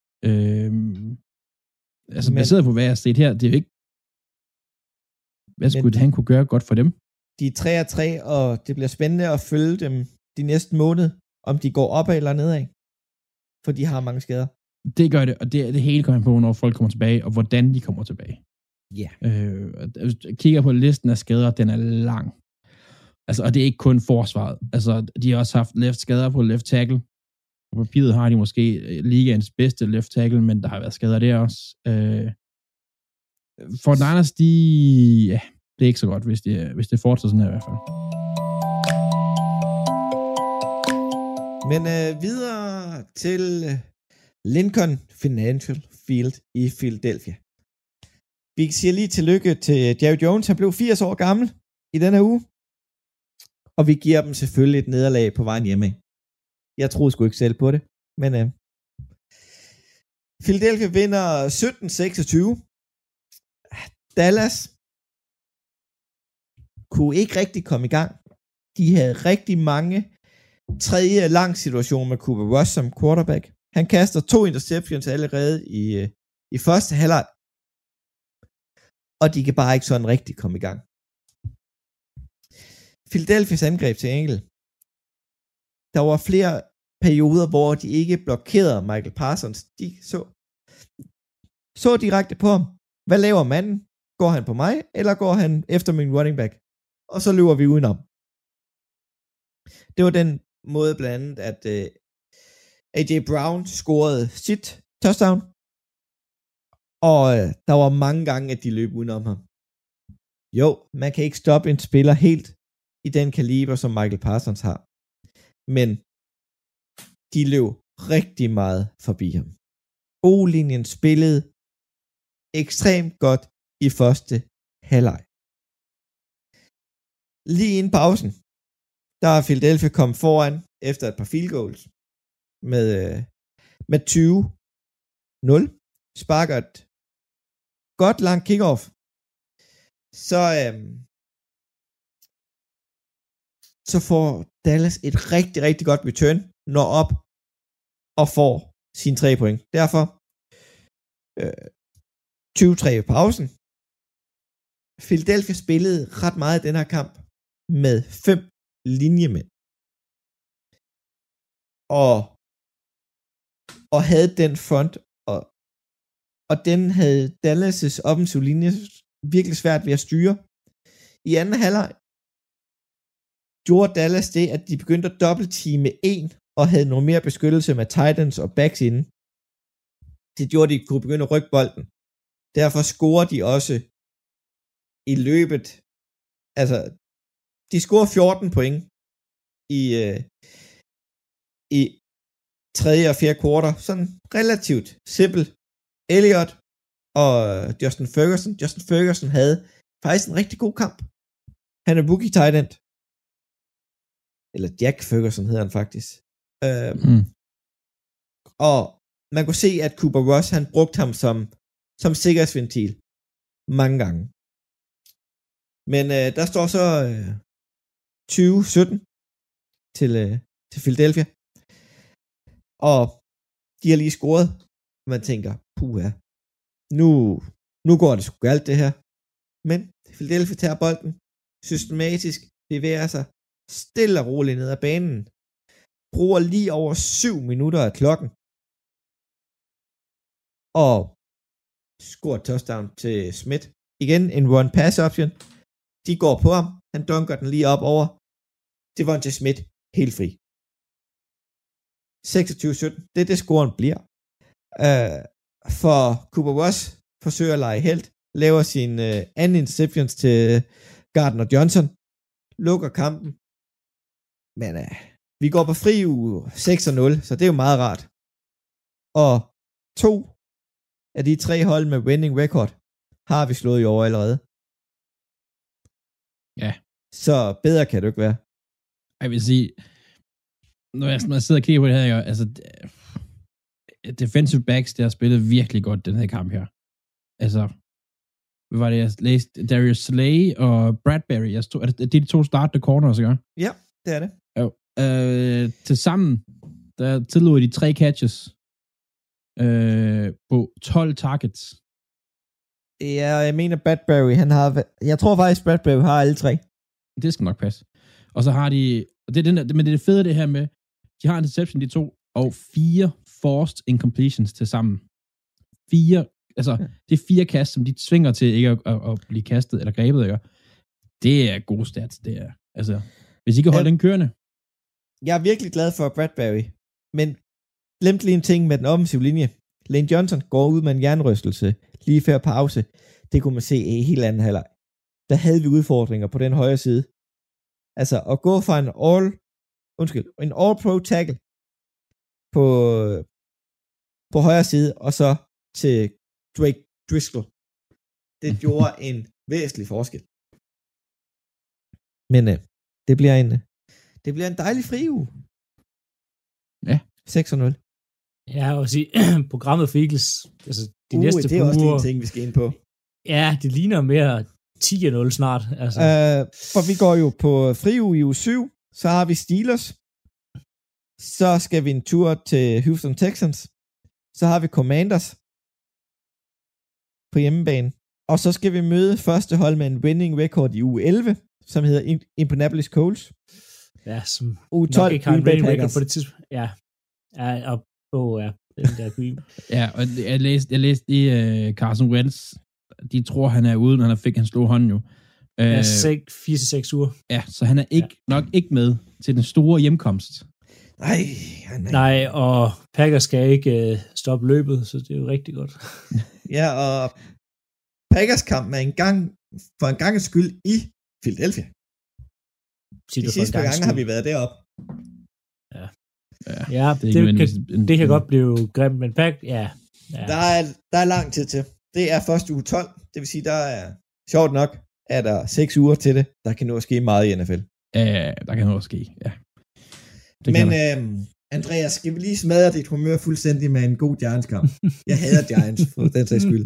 S3: Altså, baseret på, hvad jeg har set her, det er jo ikke... Hvad skulle han kunne gøre godt for dem?
S2: De er 3-3, og det bliver spændende at følge dem de næste måned, om de går opad eller nedad. For de har mange skader.
S3: Det gør det, og det hele kommer på, når folk kommer tilbage, og hvordan de kommer tilbage.
S2: Ja.
S3: Kigger på listen af skader, den er lang. Altså, og det er ikke kun forsvaret. Altså, de har også haft skader på left tackle. På papiret har de måske ligaens bedste left tackle, men der har været skader der også. For Niners, det er ikke så godt, hvis det fortsætter sådan her i hvert fald.
S2: Men videre til Lincoln Financial Field i Philadelphia. Vi siger lige tillykke til Jerry Jones. Han blev 80 år gammel i denne uge. Og vi giver dem selvfølgelig et nederlag på vejen hjemme. Jeg troede sgu ikke selv på det. Men Philadelphia vinder 17-26. Dallas kunne ikke rigtig komme i gang. De havde rigtig mange tredje lang situation med Cooper Rush som quarterback. Han kaster 2 interceptions allerede i første halvleg. Og de kan bare ikke sådan rigtig komme i gang. Philadelphias angreb til enkelt. Der var flere perioder, hvor de ikke blokerede Michael Parsons. De så direkte på ham. Hvad laver manden? Går han på mig, eller går han efter min running back? Og så løber vi udenom. Det var den måde blandt andet, at A.J. Brown scorede sit touchdown, og der var mange gange, at de løb udenom ham. Jo, man kan ikke stoppe en spiller helt i den kaliber, som Michael Parsons har. Men de løb rigtig meget forbi ham. O-linjen spillede ekstremt godt i første halvleg. Lige inden pausen, der er Philadelphia kommet foran efter et par field goals med 20-0. Sparker et godt langt kickoff. Så får Dallas et rigtig, rigtig godt return, når op og får sine 3 point. Derfor 20-3 i pausen. Philadelphia spillede ret meget i den her kamp med 5 linjemænd. Og havde den front, og den havde Dallas' offensive linje virkelig svært ved at styre. I anden halvleg gjorde Dallas det, at de begyndte at dobbeltteame 1, og havde noget mere beskyttelse med tight ends og backs inde. Det gjorde, at de kunne begynde at rykke bolden. Derfor scorer de også i løbet. Altså, de scorer 14 point i 3. og 4. kvartal. Sådan relativt simpelt. Elliott og Justin Ferguson. Justin Ferguson havde faktisk en rigtig god kamp. Han er rookie tight end. Eller Jack Ferguson hedder han faktisk. Og man kunne se, at Cooper Rush, han brugte ham som sikkerhedsventil mange gange. Men der står så 20-17 til Philadelphia. Og de har lige scoret. Man tænker, puha, nu går det sgu galt det her. Men Philadelphia tager bolden, systematisk bevæger sig stille og roligt ned ad banen, bruger lige over 7 minutter af klokken, og scorer touchdown til Smith. Igen en run pass option. De går på ham, han dunker den lige op over. Det var til Smith helt fri. 26-17, det scoren bliver. For Cooper Rush forsøger at lege helt, laver sin anden interceptions til Gardner Johnson, lukker kampen, men vi går på fri uge 6-0, så det er jo meget rart. Og 2 af de 3 hold med winning record har vi slået i år allerede.
S3: Ja.
S2: Så bedre kan det ikke være.
S3: Jeg vil sige, når jeg sidder og kigger på det her, altså defensive backs, der har spillet virkelig godt den her kamp her. Altså, hvad var det, jeg læste? Darius Slay og Bradbury. Det er de 2 startende corners, ikke?
S2: Ja, det er det.
S3: Jo. Til sammen, der tillod de 3 catches på 12 targets.
S2: Ja, jeg mener Bradbury, jeg tror faktisk, Bradbury har alle 3.
S3: Det skal nok passe. Og så har de, og det er men det er fede det her med, de har en interception, de 2, og 4 forced incompletions til sammen. 4, altså, det er 4 kast, som de tvinger til ikke at blive kastet eller grebet, ikke? Det er gode stats, det er. Altså, hvis I kan holde den kørende.
S2: Jeg er virkelig glad for Bradbury, men glemte lige en ting med den offensive linje. Lane Johnson går ud med en jernrystelse lige før pause. Det kunne man se i helt anden halvleg. Der havde vi udfordringer på den højre side. Altså, at gå fra en all-pro tackle på højre side, og så til Drake Driscoll. Det gjorde en væsentlig forskel. Men det bliver en dejlig fri uge.
S3: Ja.
S2: 6-0.
S4: Ja, og sige, programmet for Eagles, altså de næste
S2: det er også
S4: uger,
S2: en ting, vi skal ind på.
S4: Ja, det ligner mere 10-0 snart. Altså.
S2: For vi går jo på fri uge i uge 7, så har vi Steelers, så skal vi en tur til Houston Texans, så har vi Commanders på hjemmebane, og så skal vi møde første hold med en winning record i uge 11, som hedder Indianapolis Colts.
S4: Ja, som
S2: uge 12
S4: nok ikke har en winning record på det tidspunkt. Ja, den der Green.
S3: Ja, og jeg læste i Carson Wentz, de tror, han er ude, når han fik hans slå hånd jo.
S4: 4-6 uger.
S3: Ja, så han er nok ikke med til den store hjemkomst.
S4: Nej, og Packers skal ikke stoppe løbet, så det er jo rigtig godt.
S2: Ja, og Packers kamp er for en gang skyld i Philadelphia. De sidste par gange har vi været deroppe.
S4: Ja, det kan godt blive grimt, men ja.
S2: Der er lang tid til. Det er først uge 12, det vil sige, der er sjovt nok, er der 6 uger til det. Der kan nå at ske meget i NFL.
S3: Ja, der kan nå at ske, ja.
S2: Men Andreas, skal vi lige smadre dit humør fuldstændig med en god Giants-kamp? Jeg hader Giants, for den sags skyld.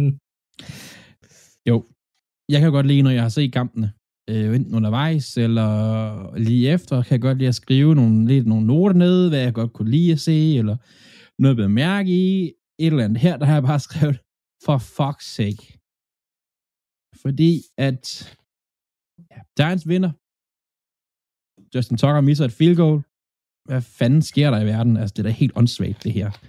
S3: Jo, jeg kan godt lide, når jeg har set kampene, enten undervejs eller lige efter, kan jeg godt lide at skrive nogle noter ned, hvad jeg godt kunne lide at se, eller noget at mærke i, et eller andet. Her, der har jeg bare skrevet, for fuck's sake. Fordi at Giants vinder. Justin Tucker misser et field goal. Hvad fanden sker der i verden? Altså, det er da helt åndssvagt, det her.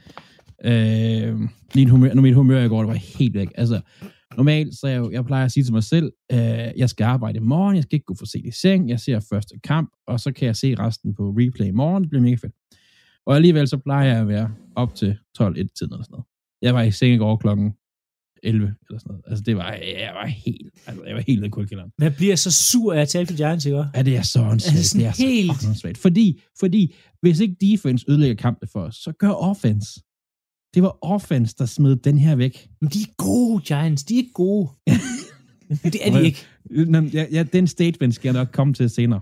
S3: Mit humør i går, det var helt væk. Altså, normalt, så jeg plejer at sige til mig selv, jeg skal arbejde i morgen, jeg skal ikke gå for sent i seng, jeg ser første kamp, og så kan jeg se resten på replay i morgen, det bliver mega fedt. Og alligevel så plejer jeg at være op til 12-1-tiden eller sådan noget. Jeg var i seng i går klokken 11 eller sådan noget. Altså jeg var helt nede i kulkælderen.
S4: Man bliver så sur af at tale til Giants, ikke?
S3: Ja, det er så åndssvagt. Det er så åndssvagt. Fordi hvis ikke defense ødelægger kampen for os, så gør offense. Det var offense, der smed den her væk.
S4: Men de er gode, Giants. De er gode. Det er de ikke.
S3: Ja, den statement skal jeg nok komme til senere.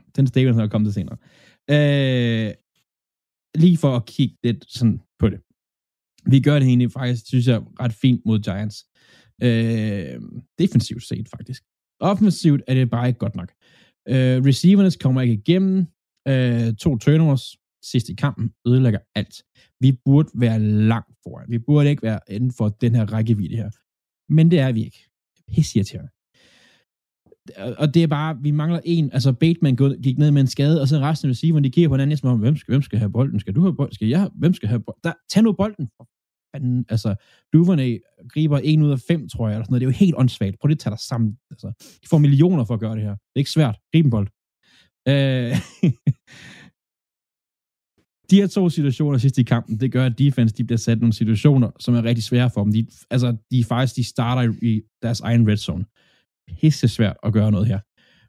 S3: Lige for at kigge lidt sådan på det. Vi gør det egentlig faktisk, synes jeg, ret fint mod Giants. Defensivt set, faktisk. Offensivt er det bare ikke godt nok. Receiverne kommer ikke igennem. 2 turnovers sidst i kampen ødelægger alt. Vi burde være langt foran. Vi burde ikke være inden for den her rækkevidde her. Men det er vi ikke. Pisseirriterende. Og det er bare, vi mangler en. Altså Bateman gik ned med en skade, og så resten af receiveren, de kigger på hinanden, som om, hvem skal have bolden? Skal du have bolden? Skal jeg? Hvem skal have bolden? Tag nu bolden. Altså, Duvernay griber 1 ud af 5, tror jeg, eller sådan noget. Det er jo helt åndssvagt. Prøv lige at tage dig sammen. Altså, de får millioner for at gøre det her. Det er ikke svært. Grib en bold. De her 2 situationer sidst i kampen, det gør, at defense, de bliver sat i nogle situationer, som er rigtig svære for dem. De starter i deres egen red zone. Pisse svært at gøre noget her.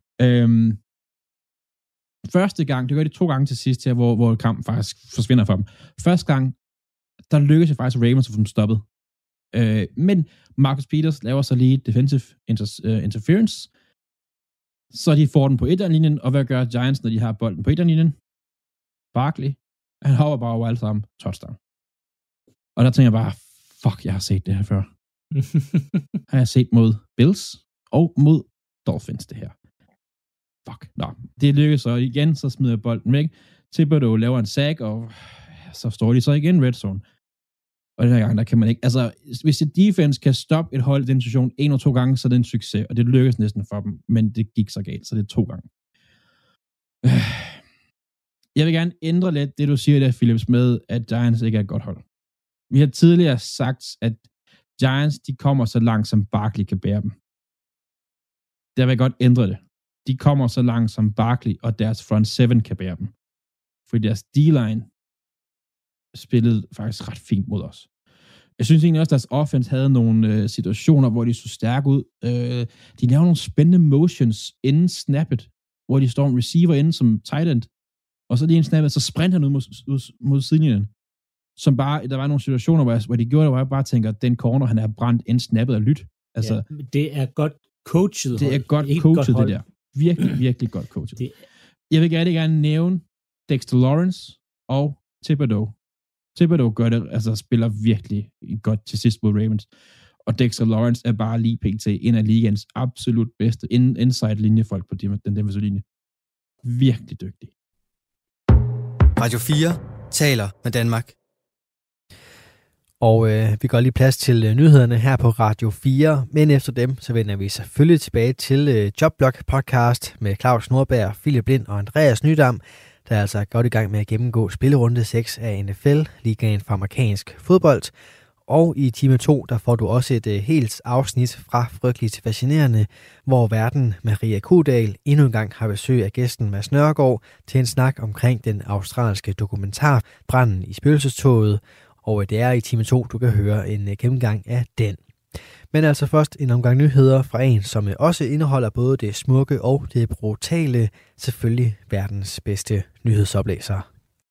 S3: Første gang, det gør de 2 gange til sidst her, hvor kampen faktisk forsvinder for dem. Første gang, der lykkes det faktisk Ravens at få dem stoppet. Men Marcus Peters laver så lige defensive interference, så de får den på 1-linjen, og hvad gør Giants, når de har bolden på 1-linjen? Barkley, han hopper bare over alt sammen, touchdown. Og der tænker jeg bare, fuck, jeg har set det her før. Har jeg set mod Bills og mod Dolphins det her. Fuck, nå. Det lykkes så igen, så smider bolden væk. Thibodeau laver en sack, og så står de så igen red zone. Og den her gang, der kan man ikke, altså, hvis et defense kan stoppe et hold i den situation 1 eller 2 gange, så er det en succes, og det lykkes næsten for dem, men det gik så galt, så det er 2 gange. Jeg vil gerne ændre lidt det, du siger der, Philips, med, at Giants ikke er et godt hold. Vi har tidligere sagt, at Giants, de kommer så langt, som Barkley kan bære dem. Der vil jeg godt ændre det. De kommer så langt, som Barkley og deres front 7 kan bære dem. For deres D-line spillede faktisk ret fint mod os. Jeg synes egentlig også, at deres offense havde nogle situationer, hvor de så stærke ud. De laver nogle spændende motions inden snappet, hvor de står en receiver inden som tight end, og så lige en snappet, så sprinter han ud mod sidelinjen. Som bare, der var nogle situationer, hvor de gjorde det, hvor jeg bare tænker, at den corner, han er brændt inden snappet er lyt. Altså,
S4: ja, det er godt coachet.
S3: Det er godt coachet, det der. Virkelig, virkelig godt coachet. Jeg vil gerne nævne Dexter Lawrence og Thibodeau. Thibodeau gør det, altså spiller virkelig godt til sidst mod Ravens. Og Dexter Lawrence er bare lige pt. En af ligaens absolut bedste inside linjefolk på den defensive linje. Virkelig dygtig.
S5: Radio 4 taler med Danmark.
S1: Og vi går lige plads til nyhederne her på Radio 4, men efter dem, så vender vi selvfølgelig tilbage til Jobblock podcast med Claus Nordberg, Philip Lind og Andreas Nydam, der er altså godt i gang med at gennemgå spillerunde 6 af NFL, ligaen for amerikansk fodbold. Og i time 2, der får du også et helt afsnit fra Frygteligt Fascinerende, hvor verden Maria Kudal endnu en gang har besøg af gæsten Mads Nørgaard til en snak omkring den australske dokumentar Branden i spøgelsestoget. Og det er i time 2, du kan høre en gennemgang af den. Men altså først en omgang nyheder fra en, som også indeholder både det smukke og det brutale, selvfølgelig verdens bedste nyhedsoplæser.